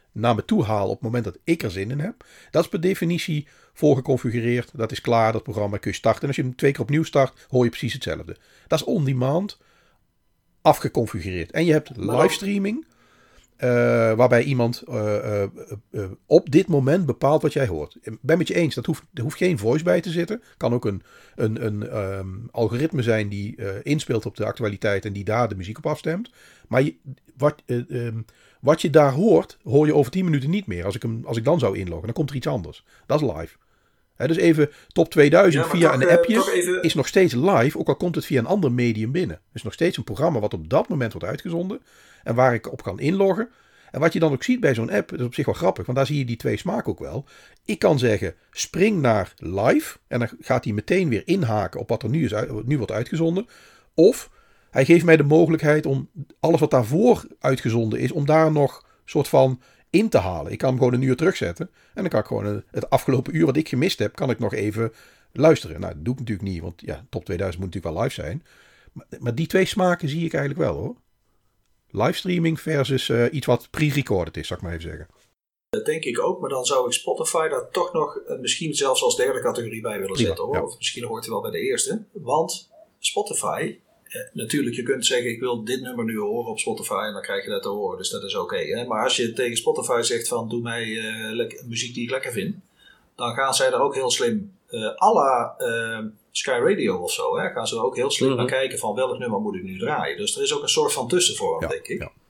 naar me toe halen op het moment dat ik er zin in heb. Dat is per definitie voorgeconfigureerd. Dat is klaar, dat programma kun je starten. En als je hem twee keer opnieuw start, hoor je precies hetzelfde. Dat is on-demand afgeconfigureerd. En je hebt livestreaming, uh, waarbij iemand uh, uh, uh, op dit moment bepaalt wat jij hoort. Ik ben met je eens, dat hoeft, er hoeft geen voice bij te zitten. Kan ook een, een, een um, algoritme zijn die uh, inspeelt op de actualiteit en die daar de muziek op afstemt. Maar je, wat, uh, um, wat je daar hoort, hoor je over tien minuten niet meer. Als ik, hem, als ik dan zou inloggen, dan komt er iets anders. Dat is live. He, dus even top tweeduizend ja, via toch, een appje uh, even... is nog steeds live, ook al komt het via een ander medium binnen. Het is nog steeds een programma wat op dat moment wordt uitgezonden en waar ik op kan inloggen. En wat je dan ook ziet bij zo'n app, dat is op zich wel grappig, want daar zie je die twee smaken ook wel. Ik kan zeggen, spring naar live en dan gaat hij meteen weer inhaken op wat er nu, is, nu wordt uitgezonden. Of hij geeft mij de mogelijkheid om alles wat daarvoor uitgezonden is, om daar nog soort van in te halen. Ik kan hem gewoon een uur terugzetten. En dan kan ik gewoon het afgelopen uur wat ik gemist heb, kan ik nog even luisteren. Nou, dat doe ik natuurlijk niet, want ja, top tweeduizend moet natuurlijk wel live zijn. Maar, maar die twee smaken zie ik eigenlijk wel, hoor. Livestreaming versus uh, iets wat pre-recorded is, zal ik maar even zeggen. Dat denk ik ook, maar dan zou ik Spotify daar toch nog uh, misschien zelfs als derde categorie bij willen zetten, hoor. Ja. Of misschien hoort hij wel bij de eerste. Want Spotify... Uh, natuurlijk, je kunt zeggen, ik wil dit nummer nu horen op Spotify en dan krijg je dat te horen, dus dat is oké. Okay, maar als je tegen Spotify zegt van, doe mij uh, le- muziek die ik lekker vind, dan gaan zij daar ook heel slim, uh, à la uh, Sky Radio of zo, hè, gaan ze er ook heel slim mm-hmm. naar kijken van, welk nummer moet ik nu draaien. Dus er is ook een soort van tussenvorm, ja, denk ik. Ja.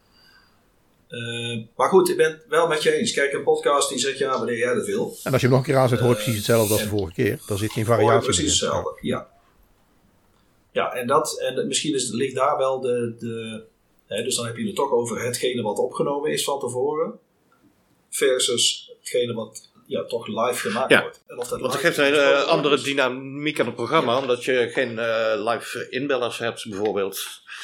Uh, maar goed, ik ben het wel met je eens. Kijk, een podcast die zegt, ja, wanneer jij dat wil. En als je hem nog een keer aanzet, hoor je precies hetzelfde als de vorige keer. Daar zit geen variatie in. Precies hetzelfde, ja. ja. Ja, en, dat, en misschien is, ligt daar wel de... de hè, dus dan heb je het toch over hetgene wat opgenomen is van tevoren. Versus hetgene wat ja, toch live gemaakt ja. wordt. En of dat Want het geeft een uh, andere is. dynamiek aan het programma. Ja. Omdat je geen uh, live inbellers hebt bijvoorbeeld.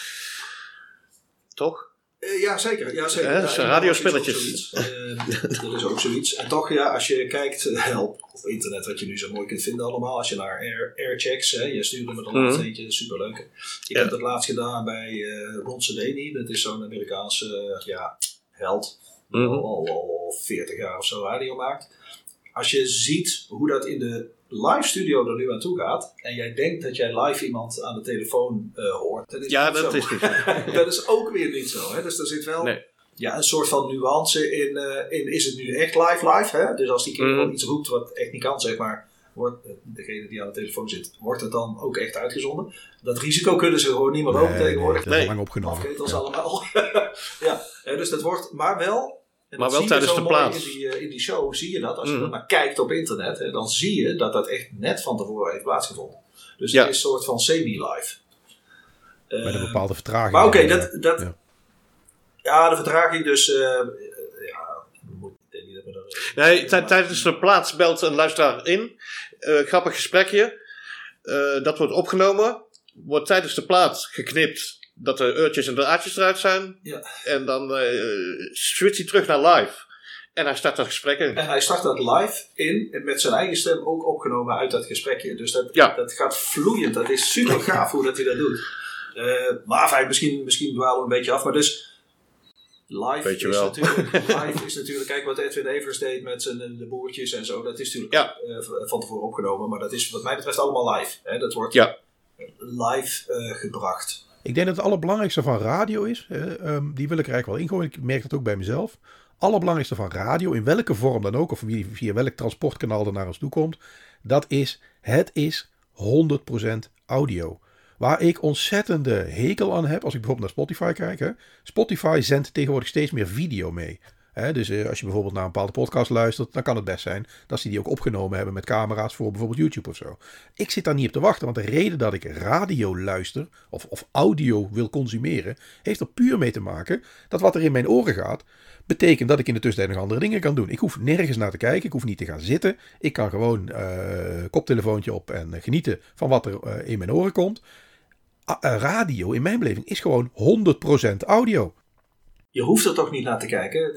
Toch? Uh, ja, zeker. Ja, zeker. Ja, dat zijn ja, radiospelletjes. Uh, dat is ook zoiets. En toch, ja, als je kijkt uh, op, op internet, wat je nu zo mooi kunt vinden allemaal. Als je naar Air, Airchecks, hè, je stuurde me de laatste mm-hmm. eentje, superleuk. Ik ja. heb dat laatst gedaan bij uh, Ron Sedeni. Dat is zo'n Amerikaanse uh, ja, held. Die mm-hmm. al, al veertig jaar of zo radio maakt. Als je ziet hoe dat in de live studio er nu aan toe gaat. En jij denkt dat jij live iemand aan de telefoon uh, hoort. Dat is ja, dat zo. is niet zo. Dat is ook weer niet zo. Hè? Dus er zit wel nee. ja, een soort van nuance in, uh, in. Is het nu echt live live? Hè? Dus als die kerel mm. iets roept wat echt niet kan, zeg maar. Wordt, uh, degene die aan de telefoon zit, wordt het dan ook echt uitgezonden? Dat risico kunnen ze gewoon niet meer lopen nee, tegenwoordig. Nee, dat is lang opgenomen. Afketels ja. allemaal. ja, hè, dus dat wordt, maar wel... En maar wel tijdens de plaats. In die, uh, in die show zie je dat. Als je mm. er maar kijkt op internet. Hè, dan zie je dat dat echt net van tevoren heeft plaatsgevonden. Dus ja. het is een soort van semi-live. Uh, Met een bepaalde vertraging. Maar oké, okay, dat, dat, ja. ja, de vertraging dus... Uh, ja, moet, ik denk niet dat we er... Nee, t- tijdens de plaats belt een luisteraar in. Uh, grappig gesprekje. Uh, dat wordt opgenomen. Wordt tijdens de plaats geknipt... Dat de eurtjes en de aatjes eruit zijn. Ja. En dan uh, switcht hij terug naar live. En hij start dat gesprek in. En hij start dat live in. En met zijn eigen stem ook opgenomen uit dat gesprekje. Dus dat, ja. dat gaat vloeiend. Dat is super gaaf hoe dat hij dat doet. Uh, maar enfin, misschien, misschien dwalen we een beetje af. Maar dus... Live is, wel. Natuurlijk, live is natuurlijk... Kijk wat Edwin Evers deed met zijn de boertjes en zo. Dat is natuurlijk ja. uh, van tevoren opgenomen. Maar dat is wat mij betreft allemaal live. Hè? Dat wordt ja. live uh, gebracht. Ik denk dat het allerbelangrijkste van radio is, uh, um, die wil ik er eigenlijk wel ingooien, ik merk dat ook bij mezelf. Het allerbelangrijkste van radio, in welke vorm dan ook, of via welk transportkanaal er naar ons toe komt, dat is, het is honderd procent audio. Waar ik ontzettende hekel aan heb, als ik bijvoorbeeld naar Spotify kijk. Hè. Spotify zendt tegenwoordig steeds meer video mee. He, dus uh, als je bijvoorbeeld naar een bepaalde podcast luistert, dan kan het best zijn dat ze die ook opgenomen hebben met camera's voor bijvoorbeeld YouTube of zo. Ik zit daar niet op te wachten, want de reden dat ik radio luister of, of audio wil consumeren, heeft er puur mee te maken dat wat er in mijn oren gaat, betekent dat ik in de tussentijd nog andere dingen kan doen. Ik hoef nergens naar te kijken, ik hoef niet te gaan zitten. Ik kan gewoon uh, koptelefoontje op en uh, genieten van wat er uh, in mijn oren komt. Uh, uh, radio, in mijn beleving, is gewoon honderd procent audio. Je hoeft er toch niet naar te kijken?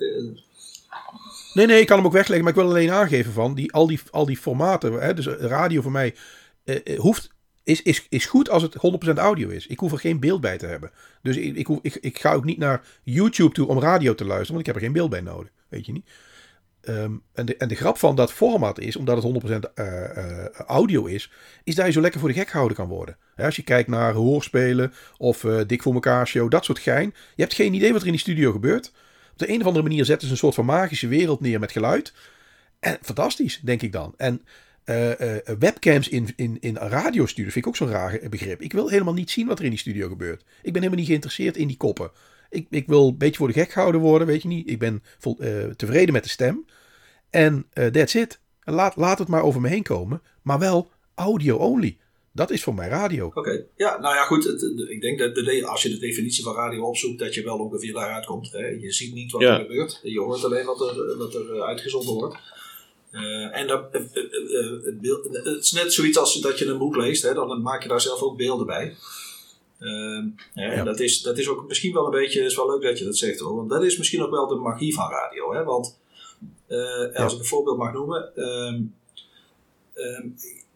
Nee, nee, ik kan hem ook wegleggen. Maar ik wil alleen aangeven van die, al, die, al die formaten. Hè, dus radio voor mij eh, hoeft, is, is, is goed als het honderd procent audio is. Ik hoef er geen beeld bij te hebben. Dus ik, ik, hoef, ik, ik ga ook niet naar YouTube toe om radio te luisteren. Want ik heb er geen beeld bij nodig. weet je niet. Um, en, de, en de grap van dat format is, omdat het honderd procent uh, uh, audio is, is dat je zo lekker voor de gek gehouden kan worden. Ja, als je kijkt naar hoorspelen of uh, Dik voor elkaar show, dat soort gein. Je hebt geen idee wat er in die studio gebeurt. Op de een of andere manier zetten ze een soort van magische wereld neer met geluid. En fantastisch, denk ik dan. En uh, uh, webcams in, in, in radiostudios vind ik ook zo'n raar begrip. Ik wil helemaal niet zien wat er in die studio gebeurt. Ik ben helemaal niet geïnteresseerd in die koppen. Ik, ik wil een beetje voor de gek gehouden worden, weet je niet. Ik ben vol, uh, tevreden met de stem. En uh, that's it. Laat, laat het maar over me heen komen. Maar wel audio only. Dat is voor mij radio. Oké, okay. Ja, nou ja, goed. Het, de, ik denk dat de, als je de definitie van radio opzoekt, dat je wel ongeveer daaruit komt. Hè. Je ziet niet wat ja. er gebeurt. Je hoort alleen wat er, wat er uitgezonden wordt. Uh, en dat, uh, uh, uh, beeld, uh, het is net zoiets als dat je een boek leest. Hè, dan maak je daar zelf ook beelden bij. Uh, ja. En dat is, dat is ook misschien wel een beetje, is wel leuk dat je dat zegt hoor. Want dat is misschien ook wel de magie van radio. Hè? Want uh, als ja. ik een voorbeeld mag noemen. Um, um,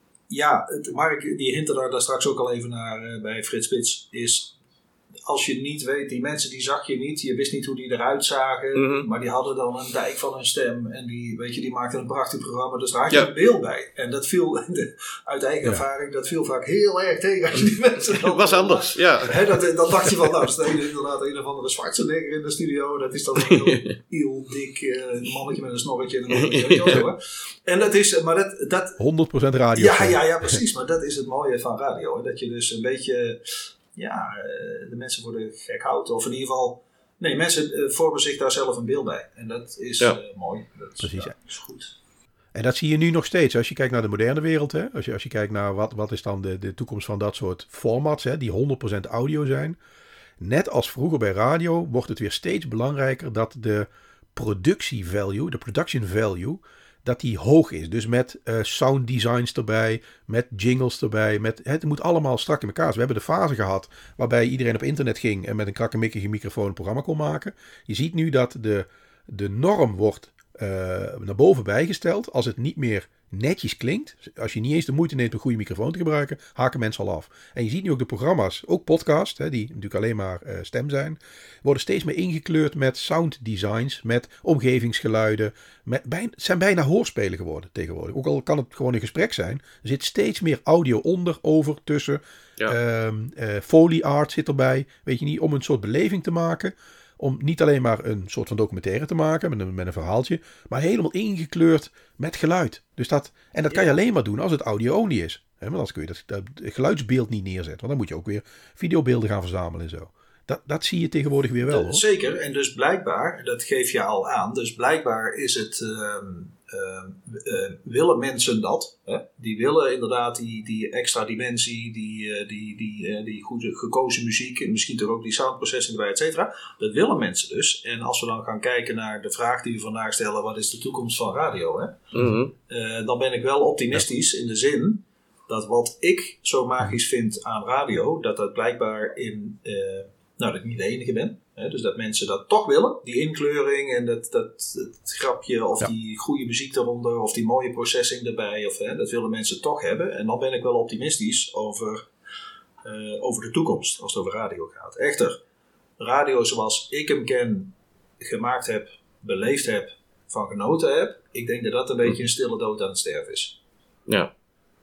ja, het, Mark die hintte daar, daar straks ook al even naar uh, bij Frits Spits. Is als je niet weet, die mensen die zag je niet. Je wist niet hoe die eruit zagen. Mm-hmm. Maar die hadden dan een dijk van hun stem. En die, weet je, die maakten een prachtig programma. Dus daar had je ja. een beeld bij. En dat viel, de, uit eigen ja. ervaring, dat viel vaak heel erg tegen. Als je die mensen Het was anders, ja. Hè, dat, dan dacht je van, nou, stel je inderdaad een of andere Schwarzenegger in de studio. Dat is dan een heel, heel dik uh, mannetje met een snorretje. En, een ja. zo, en dat is, maar dat, dat... honderd procent radio. Ja, ja, ja, precies. Maar dat is het mooie van radio. Hè, dat je dus een beetje... Ja, de mensen worden gek houdt. Of in ieder geval... Nee, mensen vormen zich daar zelf een beeld bij. En dat is ja. uh, mooi. Dat is, Precies, ja, is goed. En dat zie je nu nog steeds. Als je kijkt naar de moderne wereld. Hè? Als, je, als je kijkt naar wat, wat is dan de, de toekomst van dat soort formats. Hè? Die honderd procent audio zijn. Net als vroeger bij radio wordt het weer steeds belangrijker dat de productie value, de production value... dat die hoog is. Dus met uh, sound designs erbij, met jingles erbij. Met, het moet allemaal strak in elkaar. Dus we hebben de fase gehad waarbij iedereen op internet ging en met een krakkemikkige microfoon een programma kon maken. Je ziet nu dat de, de norm wordt uh, naar boven bijgesteld. Als het niet meer netjes klinkt, als je niet eens de moeite neemt om een goede microfoon te gebruiken, haken mensen al af. En je ziet nu ook de programma's, ook podcasts, hè, die natuurlijk alleen maar uh, stem zijn, worden steeds meer ingekleurd met sound designs, met omgevingsgeluiden. Met, bijna, het zijn bijna hoorspelen geworden tegenwoordig. Ook al kan het gewoon een gesprek zijn. Er zit steeds meer audio onder, over, tussen. Ja. Um, uh, Foley art zit erbij, weet je niet, om een soort beleving te maken. Om niet alleen maar een soort van documentaire te maken met een, met een verhaaltje, maar helemaal ingekleurd met geluid. Dus dat, en dat kan je alleen maar doen als het audio-only is. He, want anders kun je dat, dat geluidsbeeld niet neerzetten. Want dan moet je ook weer videobeelden gaan verzamelen en zo. Dat, dat zie je tegenwoordig weer wel. Hoor. Zeker. En dus blijkbaar, dat geef je al aan, dus blijkbaar is het... Uh, Uh, uh, willen mensen dat? Hè? Die willen inderdaad die, die extra dimensie, die, uh, die, die, uh, die goed gekozen muziek en misschien toch ook die soundprocessing erbij, et cetera. Dat willen mensen dus. En als we dan gaan kijken naar de vraag die we vandaag stellen, wat is de toekomst van radio? Hè? Mm-hmm. Uh, dan ben ik wel optimistisch ja. in de zin dat wat ik zo magisch vind aan radio, dat dat blijkbaar in, uh, nou dat ik niet de enige ben. He, dus dat mensen dat toch willen, die inkleuring en dat, dat, dat grapje of ja. die goede muziek eronder of die mooie processing erbij, of, he, dat willen mensen toch hebben. En dan ben ik wel optimistisch over, uh, over de toekomst als het over radio gaat. Echter, radio zoals ik hem ken, gemaakt heb, beleefd heb, van genoten heb, ik denk dat dat een beetje een stille dood aan het sterven is. Ja.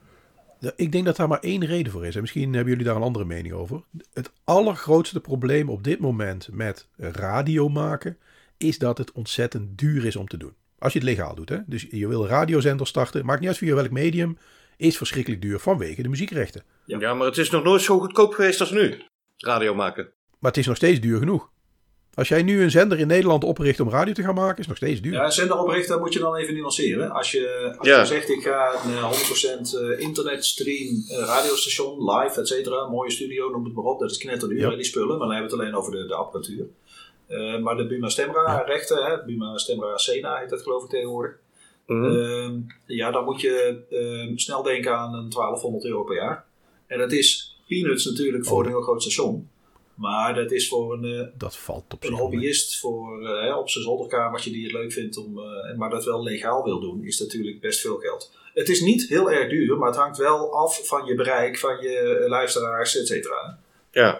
Ik denk dat daar maar één reden voor is. En misschien hebben jullie daar een andere mening over. Het allergrootste probleem op dit moment met radio maken is dat het ontzettend duur is om te doen. Als je het legaal doet. Hè? Dus je wil een radiozender starten. Maakt niet uit via welk medium. Is verschrikkelijk duur vanwege de muziekrechten. Ja, ja, maar het is nog nooit zo goedkoop geweest als nu. Radio maken. Maar het is nog steeds duur genoeg. Als jij nu een zender in Nederland opricht om radio te gaan maken, is het nog steeds duur. Ja, een zender oprichten moet je dan even nuanceren. Als je, als ja. je zegt, ik ga een uh, honderd procent internetstream, uh, radiostation, live, et cetera. Mooie studio, noem het maar op. Dat is knetterduur, ja. die spullen. Maar dan hebben we het alleen over de, de apparatuur. Uh, maar de Buma Stemra ja. rechten, hè, Buma Stemra Sena heet dat geloof ik tegenwoordig. Mm-hmm. Uh, ja, dan moet je uh, snel denken aan een twaalfhonderd euro per jaar. En dat is peanuts natuurlijk voor oh. een heel groot station. Maar dat is voor een, uh, dat valt op een hobbyist voor, uh, op zijn zolderkamertje die het leuk vindt, om, uh, maar dat wel legaal wil doen, is natuurlijk best veel geld. Het is niet heel erg duur, maar het hangt wel af van je bereik, van je luisteraars, et cetera. Ja.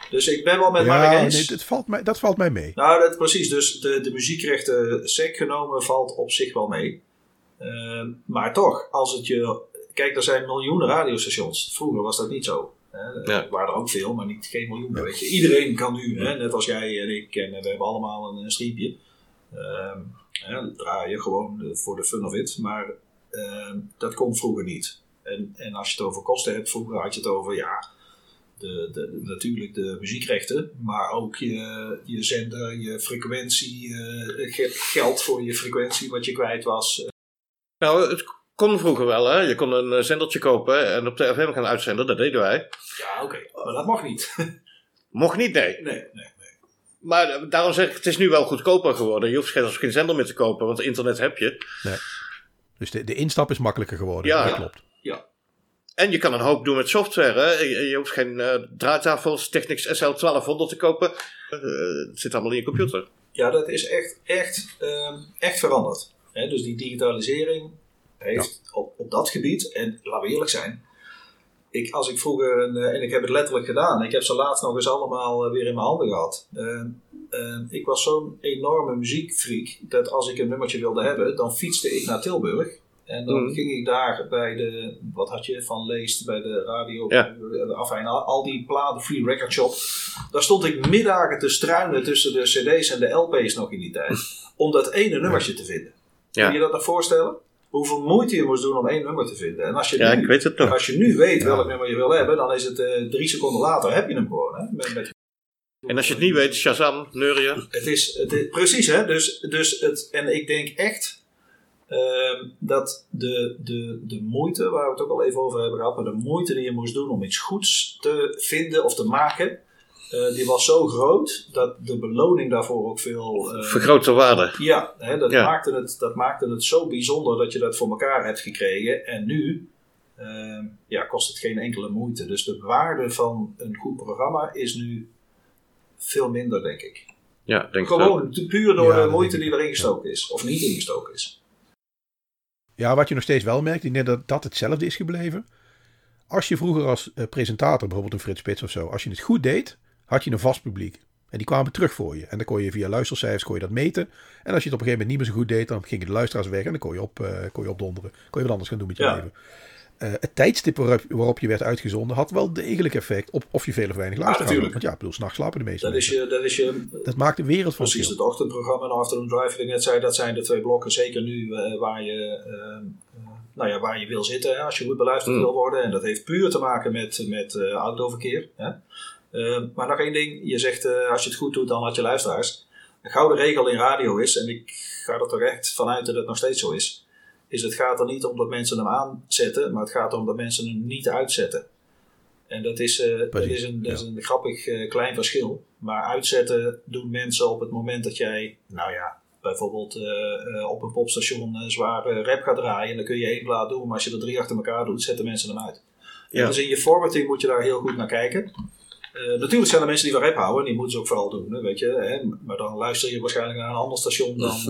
Dus ik ben wel met ja, Mark eens. Nee, dat, valt mij, dat valt mij mee. Nou, dat, precies. Dus de, de muziekrechten sec genomen valt op zich wel mee. Uh, maar toch, als het je... Kijk, er zijn miljoenen radiostations. Vroeger was dat niet zo. Hè. Ja. Er waren er ook veel, maar niet geen miljoenen. Weet je. Iedereen kan nu, hè, net als jij en ik, en we hebben allemaal een, een streepje. Uh, hè, draaien gewoon voor de fun of it. Maar uh, dat kon vroeger niet. En, en als je het over kosten hebt, vroeger had je het over... ja. De, de, de, natuurlijk de muziekrechten, maar ook je, je zender, je frequentie, uh, ge- geld voor je frequentie wat je kwijt was. Nou, het kon vroeger wel, hè. Je kon een zendertje kopen en op de F M gaan uitzenden, dat deden wij. Ja, oké, okay. Maar dat mag niet. Mocht niet, nee. Nee, nee, nee. Maar daarom zeg ik, het is nu wel goedkoper geworden. Je hoeft geen, geen zender meer te kopen, want internet heb je. Nee. Dus de, de instap is makkelijker geworden, Ja. dat klopt. Ja. En je kan een hoop doen met software. Hè? Je, je hoeft geen uh, draaitafels, Technics S L twaalfhonderd te kopen. Uh, het zit allemaal in je computer. Ja, dat is echt, echt, um, echt veranderd. He, dus die digitalisering heeft ja. op, op dat gebied, en laten we eerlijk zijn, ik, als ik vroeger, een, en ik heb het letterlijk gedaan, ik heb ze laatst nog eens allemaal weer in mijn handen gehad. Uh, uh, ik was zo'n enorme muziekfreak, dat als ik een nummertje wilde hebben, dan fietste ik naar Tilburg. En dan mm. ging ik daar bij de, wat had je, van Leest, bij de radio, ja. afijn, al, al die platen, Free Record Shop. Daar stond ik middagen te struinen tussen de cd's en de L P's nog in die tijd. Om dat ene nummertje te vinden. Ja. Kun je dat nog voorstellen? Hoeveel moeite je moest doen om één nummer te vinden. En als je, ja, nu, ik weet het toch. Als je nu weet welk ja. nummer je wil hebben, dan is het uh, drie seconden later, heb je hem gewoon. Hè? Met, met... En als je het niet weet, Shazam, neurien. Het is, het is precies, hè. Dus, dus het, en ik denk echt... Uh, dat de, de, de moeite, waar we het ook al even over hebben gehad, maar de moeite die je moest doen om iets goeds te vinden of te maken, uh, die was zo groot dat de beloning daarvoor ook veel... Uh, Vergrote waarde. Ja, hè, dat, ja. Maakte het, dat maakte het zo bijzonder dat je dat voor elkaar hebt gekregen. En nu uh, ja, kost het geen enkele moeite. Dus de waarde van een goed programma is nu veel minder, denk ik. Ja, denk Gewoon ik puur door ja, de moeite die erin gestoken is, of niet ingestoken is. Ja, wat je nog steeds wel merkt, ik denk dat dat hetzelfde is gebleven. Als je vroeger als uh, presentator, bijvoorbeeld een Frits Spits of zo, als je het goed deed, had je een vast publiek. En die kwamen terug voor je. En dan kon je via luistercijfers kon je dat meten. En als je het op een gegeven moment niet meer zo goed deed, dan gingen de luisteraars weg en dan kon je, op, uh, kon je opdonderen. Kon je wat anders gaan doen met je ja. leven. Uh, het tijdstip waarop, waarop je werd uitgezonden had wel degelijk effect op of je veel of weinig luisteraars had. Want ja, ik bedoel, 's nachts slapen de meeste dat mensen. Is je, dat, is je, dat maakt de wereld van precies, verschil. het ochtendprogramma en Afternoon Drive, wat ik net zei, dat zijn de twee blokken, zeker nu uh, waar, je, uh, nou ja, waar je wil zitten, hè, als je goed beluisterd mm. wil worden. En dat heeft puur te maken met, met uh, autoverkeer. Hè. Uh, maar nog één ding, je zegt uh, als je het goed doet, dan had je luisteraars. Een gouden regel in radio is, en ik ga er toch echt vanuit dat het nog steeds zo is, is het gaat er niet om dat mensen hem aanzetten, maar het gaat erom dat mensen hem niet uitzetten. En dat is, uh, dat is, een, dat is een grappig uh, klein verschil. Maar uitzetten doen mensen op het moment dat jij, nou ja, bijvoorbeeld uh, uh, op een popstation uh, zware rap gaat draaien. En dan kun je één plaat doen, maar als je er drie achter elkaar doet, zetten mensen hem uit. Ja. Dus in je formatting moet je daar heel goed naar kijken. Uh, natuurlijk zijn er mensen die van rap houden, en die moeten ze ook vooral doen, hè, weet je. Hè? Maar dan luister je waarschijnlijk naar een ander station dan,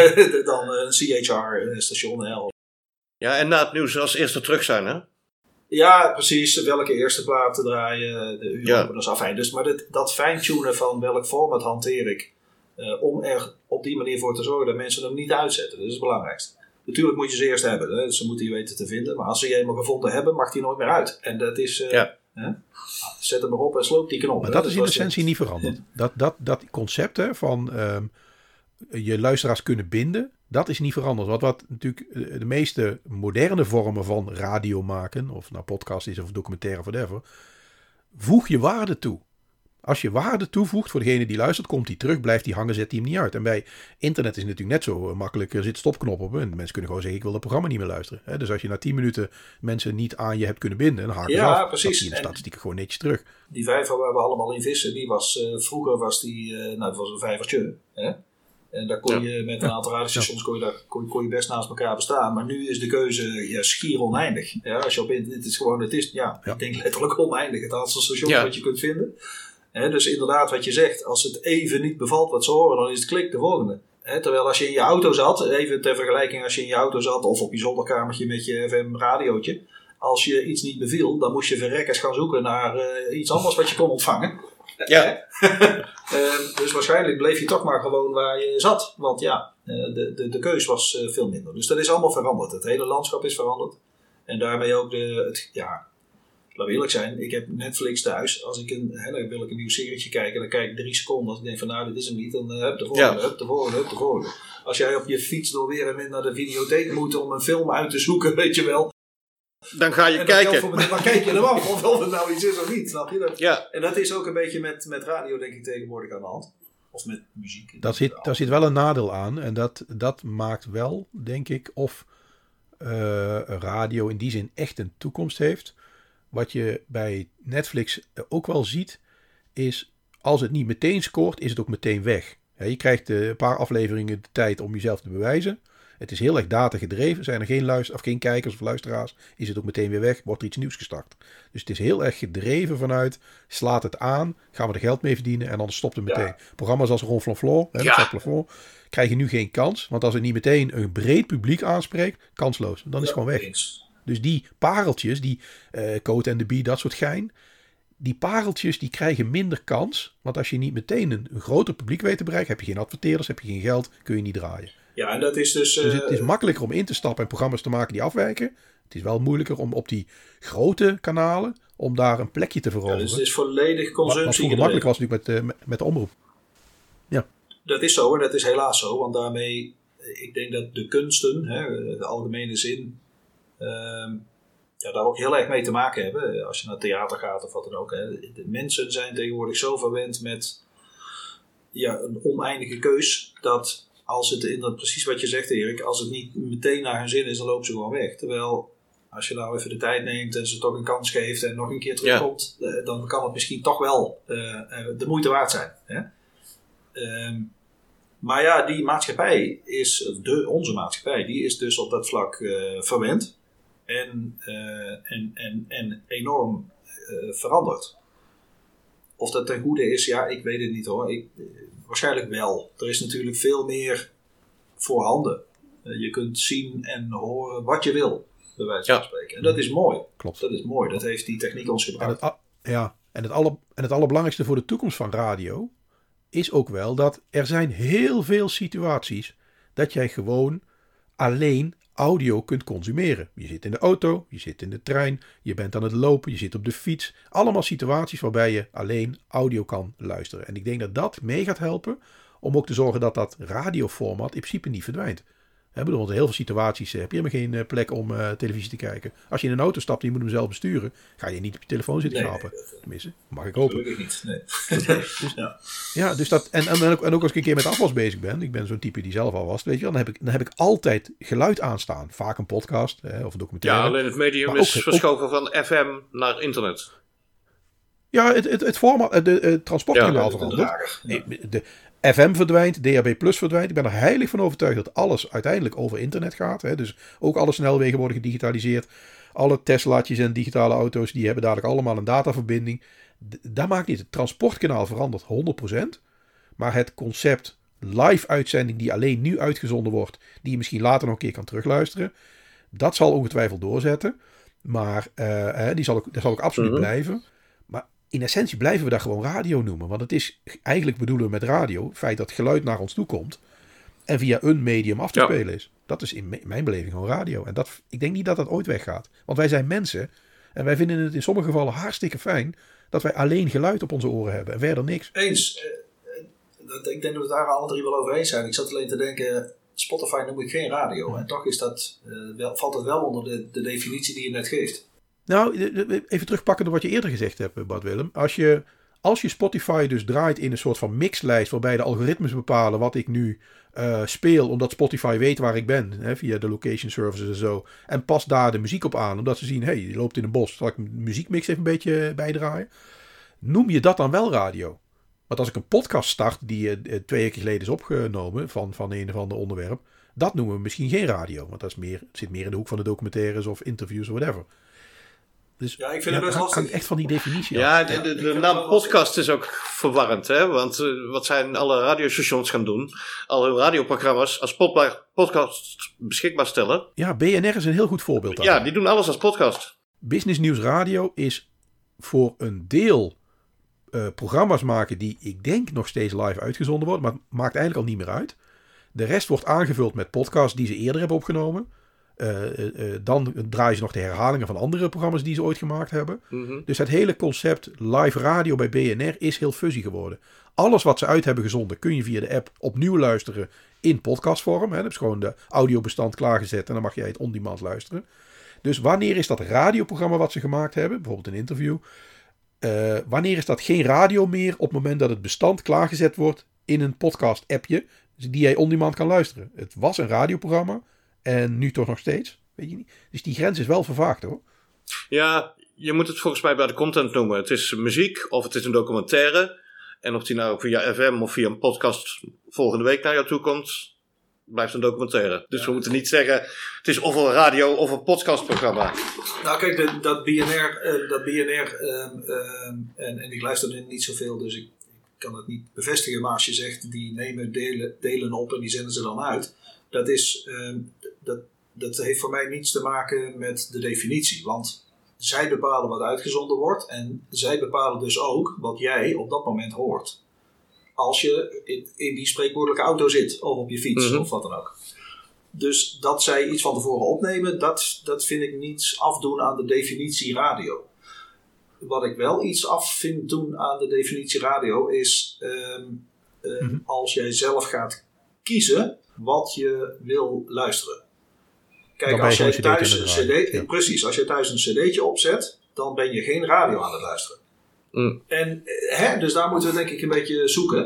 dan een C H R-station. Hè. Ja, en na het nieuws als eerste terug zijn, hè? Ja, precies. Welke eerste plaat te draaien, de uur, ja. dat is afijn. Dus, maar dit, dat fine-tunen van welk format hanteer ik, uh, om er op die manier voor te zorgen dat mensen hem niet uitzetten. Dat is het belangrijkste. Natuurlijk moet je ze eerst hebben, hè? Dus ze moeten je weten te vinden. Maar als ze je eenmaal gevonden hebben, mag die nooit meer uit. En dat is... Uh, ja. Hè? Zet hem erop en sloop die knop. Maar dat is in essentie je... niet veranderd. Dat, dat, dat concept hè, van um, je luisteraars kunnen binden, dat is niet veranderd. Wat, wat natuurlijk de meeste moderne vormen van radio maken, of nou podcast is of documentaire of whatever, voeg je waarde toe. Als je waarde toevoegt voor degene die luistert, komt die terug, blijft die hangen, zet die hem niet uit. En bij internet is het natuurlijk net zo makkelijk, er zit stopknop op en mensen kunnen gewoon zeggen, ik wil dat programma niet meer luisteren. Dus als je na tien minuten mensen niet aan je hebt kunnen binden, dan haak je ja, af. Precies. Dat zie je in de statistieken gewoon netjes terug. Die vijver waar we allemaal in vissen, die was, uh, vroeger was die, uh, nou dat was een vijvertje. Hè? En daar kon je met een aantal radiostations kon je, daar, kon, kon je best naast elkaar bestaan. Maar nu is de keuze ja, schier oneindig. Ja, als je op internet, het is gewoon, het is, ja, ja. ik denk letterlijk oneindig. Het aantal stations ja. wat je kunt vinden. He, dus inderdaad wat je zegt, als het even niet bevalt wat ze horen, dan is het klik de volgende. He, terwijl als je in je auto zat, even ter vergelijking als je in je auto zat of op je zolderkamertje met je F M-radiootje. Als je iets niet beviel, dan moest je verrekkers gaan zoeken naar uh, iets anders wat je kon ontvangen. Ja. uh, dus waarschijnlijk bleef je toch maar gewoon waar je zat. Want ja, uh, de, de, de keus was uh, veel minder. Dus dat is allemaal veranderd. Het hele landschap is veranderd. En daarmee ook de... Het, ja, laat eerlijk zijn, ik heb Netflix thuis. Als ik een, hè, dan wil ik een nieuw serietje kijken, dan kijk ik drie seconden. Als ik denk van nou, dit is hem niet, dan uh, hup de volgende, ja. hup de volgende, hup de volgende. Als jij op je fiets door weer en weer naar de videotheek moet om een film uit te zoeken, weet je wel. Dan ga je en kijken. Voor me, dan kijk je er af of, of het nou iets is of niet, snap je dat? Ja. En dat is ook een beetje met, met radio denk ik tegenwoordig aan de hand. Of met muziek. Daar zit, daar zit wel een nadeel aan. En dat, dat maakt wel, denk ik, of uh, radio in die zin echt een toekomst heeft. Wat je bij Netflix ook wel ziet, is als het niet meteen scoort, is het ook meteen weg. Ja, je krijgt een paar afleveringen de tijd om jezelf te bewijzen. Het is heel erg data gedreven. Zijn er geen, luister, of geen kijkers of luisteraars, is het ook meteen weer weg. Wordt er iets nieuws gestart. Dus het is heel erg gedreven vanuit, slaat het aan, gaan we er geld mee verdienen en dan stopt het meteen. Ja. Programma's als Ron Flanflon, ja. Plafond, krijgen nu geen kans. Want als het niet meteen een breed publiek aanspreekt, kansloos. Dan is het ja, gewoon weg. Eens. Dus die pareltjes, die uh, Coat en de Bie, dat soort gein. Die pareltjes die krijgen minder kans. Want als je niet meteen een, een groter publiek weet te bereiken, heb je geen adverteerders, heb je geen geld, kun je niet draaien. Ja, en dat is dus... Uh... Dus het is makkelijker om in te stappen en programma's te maken die afwijken. Het is wel moeilijker om op die grote kanalen, om daar een plekje te veroveren. Ja, dus het is volledig consumptie. Wat vroeger makkelijk was natuurlijk met, uh, met, met de omroep. Ja. Dat is zo en dat is helaas zo. Want daarmee, ik denk dat de kunsten, hè, de algemene zin, uh, ja, daar ook heel erg mee te maken hebben. Als je naar theater gaat of wat dan ook. Hè. De mensen zijn tegenwoordig zo verwend met ja, een oneindige keus, dat als het inderdaad precies wat je zegt, Erik, als het niet meteen naar hun zin is, dan lopen ze gewoon weg. Terwijl, als je nou even de tijd neemt en ze toch een kans geeft en nog een keer terugkomt, ja. uh, dan kan het misschien toch wel uh, uh, de moeite waard zijn. Hè? Um, maar ja, die maatschappij is, de, onze maatschappij, die is dus op dat vlak uh, verwend en, uh, en, en, en enorm uh, veranderd. Of dat ten goede is, ja, ik weet het niet hoor. Ik, waarschijnlijk wel. Er is natuurlijk veel meer voorhanden. Uh, je kunt zien en horen wat je wil, bij wijze van ja. spreken. En dat is mooi. Klopt. Dat is mooi. Dat heeft die techniek ons gebracht. En het, ja, en het, aller, en het allerbelangrijkste voor de toekomst van radio is ook wel dat er zijn heel veel situaties dat jij gewoon alleen audio kunt consumeren. Je zit in de auto, je zit in de trein, je bent aan het lopen, je zit op de fiets. Allemaal situaties waarbij je alleen audio kan luisteren. En ik denk dat dat mee gaat helpen om ook te zorgen dat dat radioformat in principe niet verdwijnt. Ik bedoel, in heel veel situaties heb je helemaal geen plek om uh, televisie te kijken. Als je in een auto stapt en je moet hem zelf besturen, ga je niet op je telefoon zitten nee, slapen. Nee, Tenminste, mag ik hopen. Gelukkig niet, nee. dus, ja. ja, dus dat, en, en, ook, en ook als ik een keer met afwas bezig ben, ik ben zo'n type die zelf al was, weet je wel, dan heb ik, dan heb ik altijd geluid aanstaan. Vaak een podcast hè, of een documentaire. Ja, alleen het medium is ook, verschoven ook, van F M naar internet. Ja, het, het, het format, de, het transportkanaal ja, verandert. Ja. De F M verdwijnt, D A B Plus verdwijnt. Ik ben er heilig van overtuigd dat alles uiteindelijk over internet gaat. Hè. Dus ook alle snelwegen worden gedigitaliseerd. Alle Teslaatjes en digitale auto's, die hebben dadelijk allemaal een dataverbinding. D- dat maakt niet. Het transportkanaal verandert honderd procent. Maar het concept live uitzending die alleen nu uitgezonden wordt, die je misschien later nog een keer kan terugluisteren, dat zal ongetwijfeld doorzetten. Maar uh, hè, die zal ook, dat zal ook absoluut uh-huh. blijven. Maar in essentie blijven we dat gewoon radio noemen. Want het is, eigenlijk bedoelen we met radio, het feit dat geluid naar ons toe komt en via een medium af te ja. spelen is. Dat is in mijn beleving gewoon radio. En dat, ik denk niet dat dat ooit weggaat. Want wij zijn mensen en wij vinden het in sommige gevallen hartstikke fijn dat wij alleen geluid op onze oren hebben en verder niks. Eens. Ik denk dat we het daar alle drie wel over eens zijn. Ik zat alleen te denken, Spotify noem ik geen radio. En toch is dat, uh, wel, valt het wel onder de, de definitie die je net geeft. Nou, even terugpakken door wat je eerder gezegd hebt, Bart Willem. Als je, als je Spotify dus draait in een soort van mixlijst waarbij de algoritmes bepalen wat ik nu uh, speel, omdat Spotify weet waar ik ben, hè, via de location services en zo, en past daar de muziek op aan, omdat ze zien, hé, hey, die loopt in een bos, zal ik een muziekmix even een beetje bijdraaien? Noem je dat dan wel radio? Want als ik een podcast start die uh, twee weken geleden is opgenomen van, van een of ander onderwerp, dat noemen we misschien geen radio, want dat is meer, zit meer in de hoek van de documentaires of interviews of whatever. Dus ja, ik vind ja, het best lastig. hangt echt van die definitie ja, af. de, de, de naam podcast is ook verwarrend, hè? Want uh, wat zijn alle radiostations gaan doen? Al hun radioprogramma's als podcast beschikbaar stellen. Ja, B N R is een heel goed voorbeeld daarvan. Ja, die doen alles als podcast. Business News Radio is voor een deel uh, programma's maken die ik denk nog steeds live uitgezonden worden. Maar het maakt eigenlijk al niet meer uit. De rest wordt aangevuld met podcasts die ze eerder hebben opgenomen. Uh, uh, uh, dan draaien ze nog de herhalingen van andere programma's die ze ooit gemaakt hebben. Mm-hmm. Dus het hele concept live radio bij B N R is heel fuzzy geworden. Alles wat ze uit hebben gezonden kun je via de app opnieuw luisteren in podcastvorm. Hè. Dat is gewoon de audiobestand klaargezet en dan mag jij het on-demand luisteren. Dus wanneer is dat radioprogramma wat ze gemaakt hebben, bijvoorbeeld een interview, uh, wanneer is dat geen radio meer op het moment dat het bestand klaargezet wordt in een podcast-appje die jij on-demand kan luisteren? Het was een radioprogramma en nu toch nog steeds, weet je niet. Dus die grens is wel vervaagd hoor. Ja, je moet het volgens mij bij de content noemen. Het is muziek of het is een documentaire. En of die nou via F M of via een podcast volgende week naar jou toe komt, blijft een documentaire. Dus ja. We moeten niet zeggen, het is of een radio of een podcastprogramma. Nou kijk, de, dat B N R, uh, dat B N R um, um, en, en ik luister er niet zoveel, dus ik, ik kan het niet bevestigen. Maar als je zegt, die nemen delen, delen op en die zenden ze dan uit. Dat, is, um, dat, dat heeft voor mij niets te maken met de definitie. Want zij bepalen wat uitgezonden wordt en zij bepalen dus ook wat jij op dat moment hoort. Als je in, in die spreekwoordelijke auto zit of op je fiets mm-hmm. of wat dan ook. Dus dat zij iets van tevoren opnemen, dat, dat vind ik niets afdoen aan de definitie radio. Wat ik wel iets af vind doen aan de definitie radio is um, um, mm-hmm. als jij zelf gaat kiezen wat je wil luisteren. Kijk, als jij thuis een cd, ja. precies, als je thuis een cd'tje opzet, dan ben je geen radio aan het luisteren. Mm. En, hè, dus daar moeten we denk ik een beetje zoeken.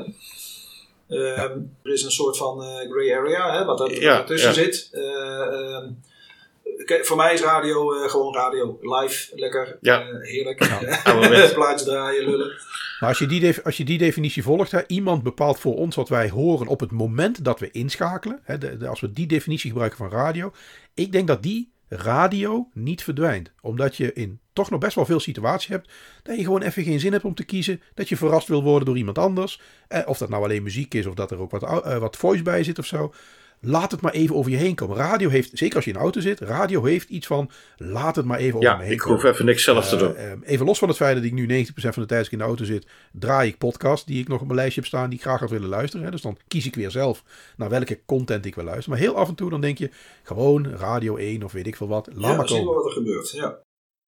Um, ja. Er is een soort van uh, grey area, hè, wat er ja, tussen ja. zit. Uh, um, kijk, voor mij is radio uh, gewoon radio. Live, lekker, ja. uh, heerlijk. Ja. Plaatjes draaien, lullen. Maar als je die, de, als je die definitie volgt, hè, iemand bepaalt voor ons wat wij horen op het moment dat we inschakelen. Hè, de, de, als we die definitie gebruiken van radio. Ik denk dat die radio niet verdwijnt. Omdat je in toch nog best wel veel situaties hebt dat je gewoon even geen zin hebt om te kiezen. Dat je verrast wil worden door iemand anders. Eh, of dat nou alleen muziek is of dat er ook wat, uh, wat voice bij zit of zo. Laat het maar even over je heen komen. Radio heeft, zeker als je in een auto zit, radio heeft iets van laat het maar even ja, over me heen komen. Ja, ik hoef even niks zelf uh, te doen. Uh, even los van het feit dat ik nu negentig procent van de tijd als ik in de auto zit, draai ik podcasts die ik nog op mijn lijstje heb staan die ik graag had willen luisteren. Hè. Dus dan kies ik weer zelf naar welke content ik wil luisteren. Maar heel af en toe dan denk je, gewoon Radio één of weet ik veel wat. Laat ja, maar we zien komen. wel wat er gebeurt. Ja.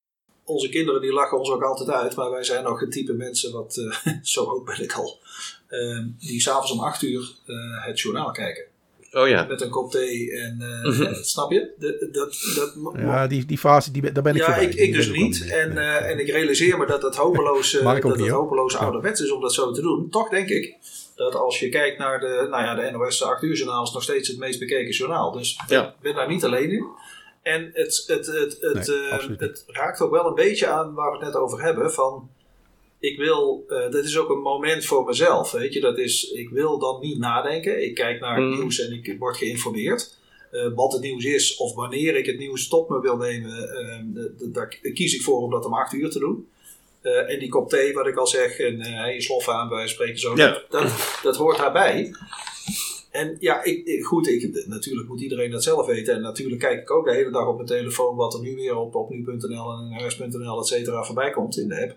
Onze kinderen die lachen ons ook altijd uit, maar wij zijn nog het type mensen, wat uh, zo oud ben ik al, uh, die s'avonds om acht uur uh, het journaal kijken. Oh ja. Met een kop thee en uh, mm-hmm. ja, snap je? De, dat, dat, ja, die, die fase, die, daar ben ik ja, voorbij. ik, ik dus niet. niet. En, uh, en ik realiseer me dat dat hopeloos, uh, dat dat hopeloos ja. ouderwets is om dat zo te doen. Toch denk ik dat als je kijkt naar de, nou ja, de N O S acht uur journaal is nog steeds het meest bekeken journaal. Dus ja. ik ben daar niet alleen in. En het, het, het, het, nee, uh, het raakt ook wel een beetje aan waar we het net over hebben. Van, ik wil, uh, dat is ook een moment voor mezelf. Weet je, dat is, ik wil dan niet nadenken. Ik kijk naar het mm. nieuws en ik word geïnformeerd. Uh, wat het nieuws is of wanneer ik het nieuws tot me wil nemen. Uh, de, de, daar kies ik voor om dat om acht uur te doen. Uh, en die kop thee, wat ik al zeg, en uh, je sloffen aan bij wijze van spreken. Zo, ja. dat, dat, dat hoort daarbij. En ja, ik, goed, ik, natuurlijk moet iedereen dat zelf weten. En natuurlijk kijk ik ook de hele dag op mijn telefoon wat er nu weer op, op nu punt n l en n r s punt n l et cetera voorbij komt in de app.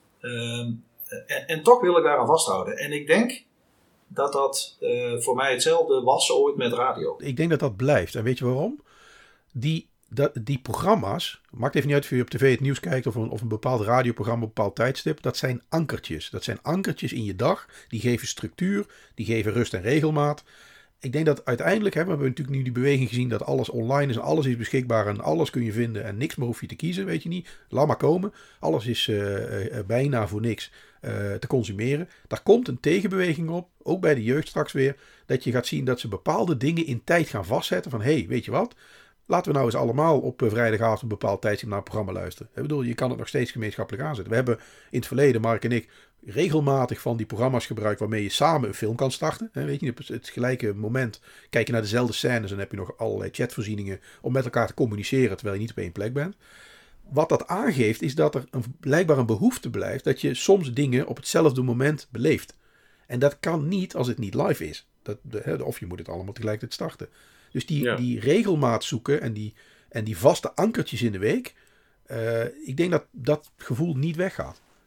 Um, en, en toch wil ik daaraan vasthouden. En ik denk dat dat uh, voor mij hetzelfde was ooit met radio. Ik denk dat dat blijft. En weet je waarom? Die, dat, die programma's, maakt even niet uit of je op tv het nieuws kijkt of een, of een bepaald radioprogramma op een bepaald tijdstip. Dat zijn ankertjes. Dat zijn ankertjes in je dag. Die geven structuur, die geven rust en regelmaat. Ik denk dat uiteindelijk, hè, we hebben natuurlijk nu die beweging gezien dat alles online is en alles is beschikbaar en alles kun je vinden en niks meer hoef je te kiezen, weet je niet. Laat maar komen. Alles is uh, uh, bijna voor niks uh, te consumeren. Daar komt een tegenbeweging op, ook bij de jeugd straks weer, dat je gaat zien dat ze bepaalde dingen in tijd gaan vastzetten van, hé, hey, weet je wat, laten we nou eens allemaal op uh, vrijdagavond een bepaald tijdstip naar een programma luisteren. Ik bedoel, je kan het nog steeds gemeenschappelijk aanzetten. We hebben in het verleden, Mark en ik, regelmatig van die programma's gebruikt waarmee je samen een film kan starten. He, weet je, op het gelijke moment kijk je naar dezelfde scènes en dan heb je nog allerlei chatvoorzieningen om met elkaar te communiceren terwijl je niet op één plek bent. Wat dat aangeeft is dat er een, blijkbaar een behoefte blijft dat je soms dingen op hetzelfde moment beleeft. En dat kan niet als het niet live is. Dat, he, of je moet het allemaal tegelijkertijd starten. Dus die, ja. die regelmaat zoeken en die, en die vaste ankertjes in de week, uh, ik denk dat dat gevoel niet weggaat.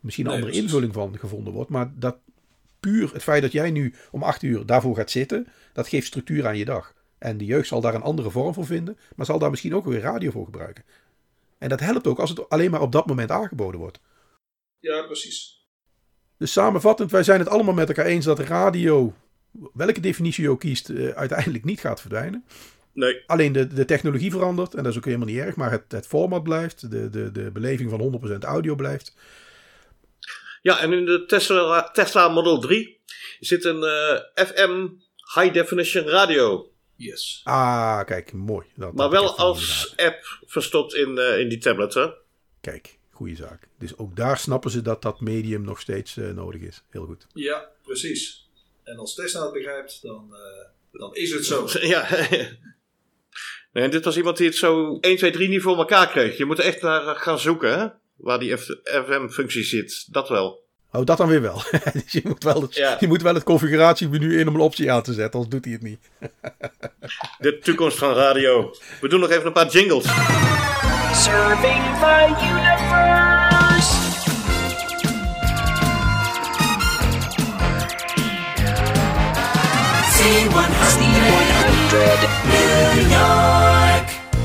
misschien een Nee, andere precies. invulling van gevonden wordt. Maar dat puur het feit dat jij nu om acht uur daarvoor gaat zitten, dat geeft structuur aan je dag. En de jeugd zal daar een andere vorm voor vinden, maar zal daar misschien ook weer radio voor gebruiken. En dat helpt ook als het alleen maar op dat moment aangeboden wordt. Ja, precies. Dus samenvattend, wij zijn het allemaal met elkaar eens dat radio, welke definitie je ook kiest, uh, uiteindelijk niet gaat verdwijnen. Nee. Alleen de, de technologie verandert en dat is ook helemaal niet erg, maar het, het format blijft, de, de, de beleving van honderd procent audio blijft. Ja, en in de Tesla, Tesla Model drie zit een uh, F M High Definition radio. Yes. Ah, kijk, mooi. Dat, Maar dat wel heb ik even als niet gedaan. app verstopt in, uh, in die tablet, hè? Kijk, goede zaak. Dus ook daar snappen ze dat dat medium nog steeds uh, nodig is. Heel goed. Ja, precies. En als Tesla het begrijpt, dan, uh, dan is het zo. Ja. Nee, en dit was iemand die het zo één, twee, drie niet voor elkaar kreeg. Je moet er echt naar gaan zoeken, hè? Waar die F M-functie zit. Dat wel. Oh, dat dan weer wel. Dus je moet wel het, Ja. je moet wel het configuratiemenu in om een optie aan te zetten, anders doet hij het niet. De toekomst van radio. We doen nog even een paar jingles. Serving the universe. C honderd New York.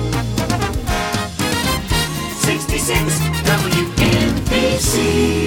zesenzestig W N B C.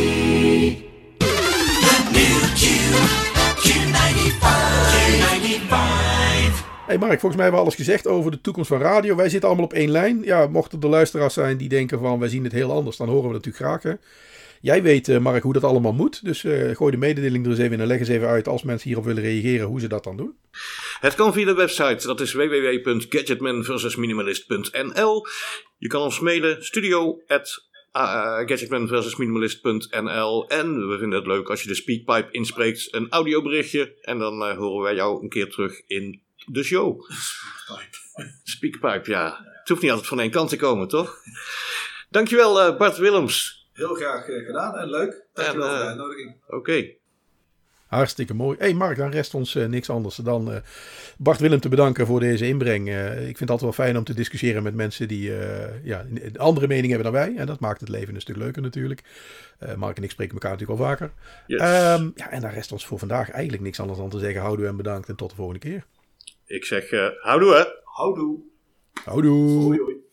The new Q, Q negenennegentig, Q negenennegentig. Hey Mark, volgens mij hebben we alles gezegd over de toekomst van radio. Wij zitten allemaal op één lijn. Ja, mochten er luisteraars zijn die denken van wij zien het heel anders, dan horen we dat natuurlijk graag. Hè? Jij weet, uh, Mark, hoe dat allemaal moet. Dus uh, gooi de mededeling er eens even in en leg eens even uit als mensen hierop willen reageren hoe ze dat dan doen. Het kan via de website, dat is w w w punt gadgetman versus minimalist punt n l. Je kan ons mailen, studio at gadgetman versus minimalist punt n l. En we vinden het leuk als je de Speakpipe inspreekt, een audioberichtje. En dan uh, horen wij jou een keer terug in de show. Speakpipe, ja. Het hoeft niet altijd van één kant te komen, toch? Dankjewel uh, Bart Willems. Heel graag uh, gedaan en leuk. Dankjewel En, uh, voor de uitnodiging. Oké. Okay. Hartstikke mooi. Hey Mark, dan rest ons uh, niks anders dan uh, Bart Willem te bedanken voor deze inbreng. Uh, ik vind het altijd wel fijn om te discussiëren met mensen die uh, ja, een andere mening hebben dan wij. En dat maakt het leven een stuk leuker natuurlijk. Uh, Mark en ik spreken elkaar natuurlijk al vaker. Yes. Um, ja, en dan rest ons voor vandaag eigenlijk niks anders dan te zeggen houdoe en bedankt en tot de volgende keer. Ik zeg uh, houdoe hè. Houdoe. Houdoe. Hoi, hoi.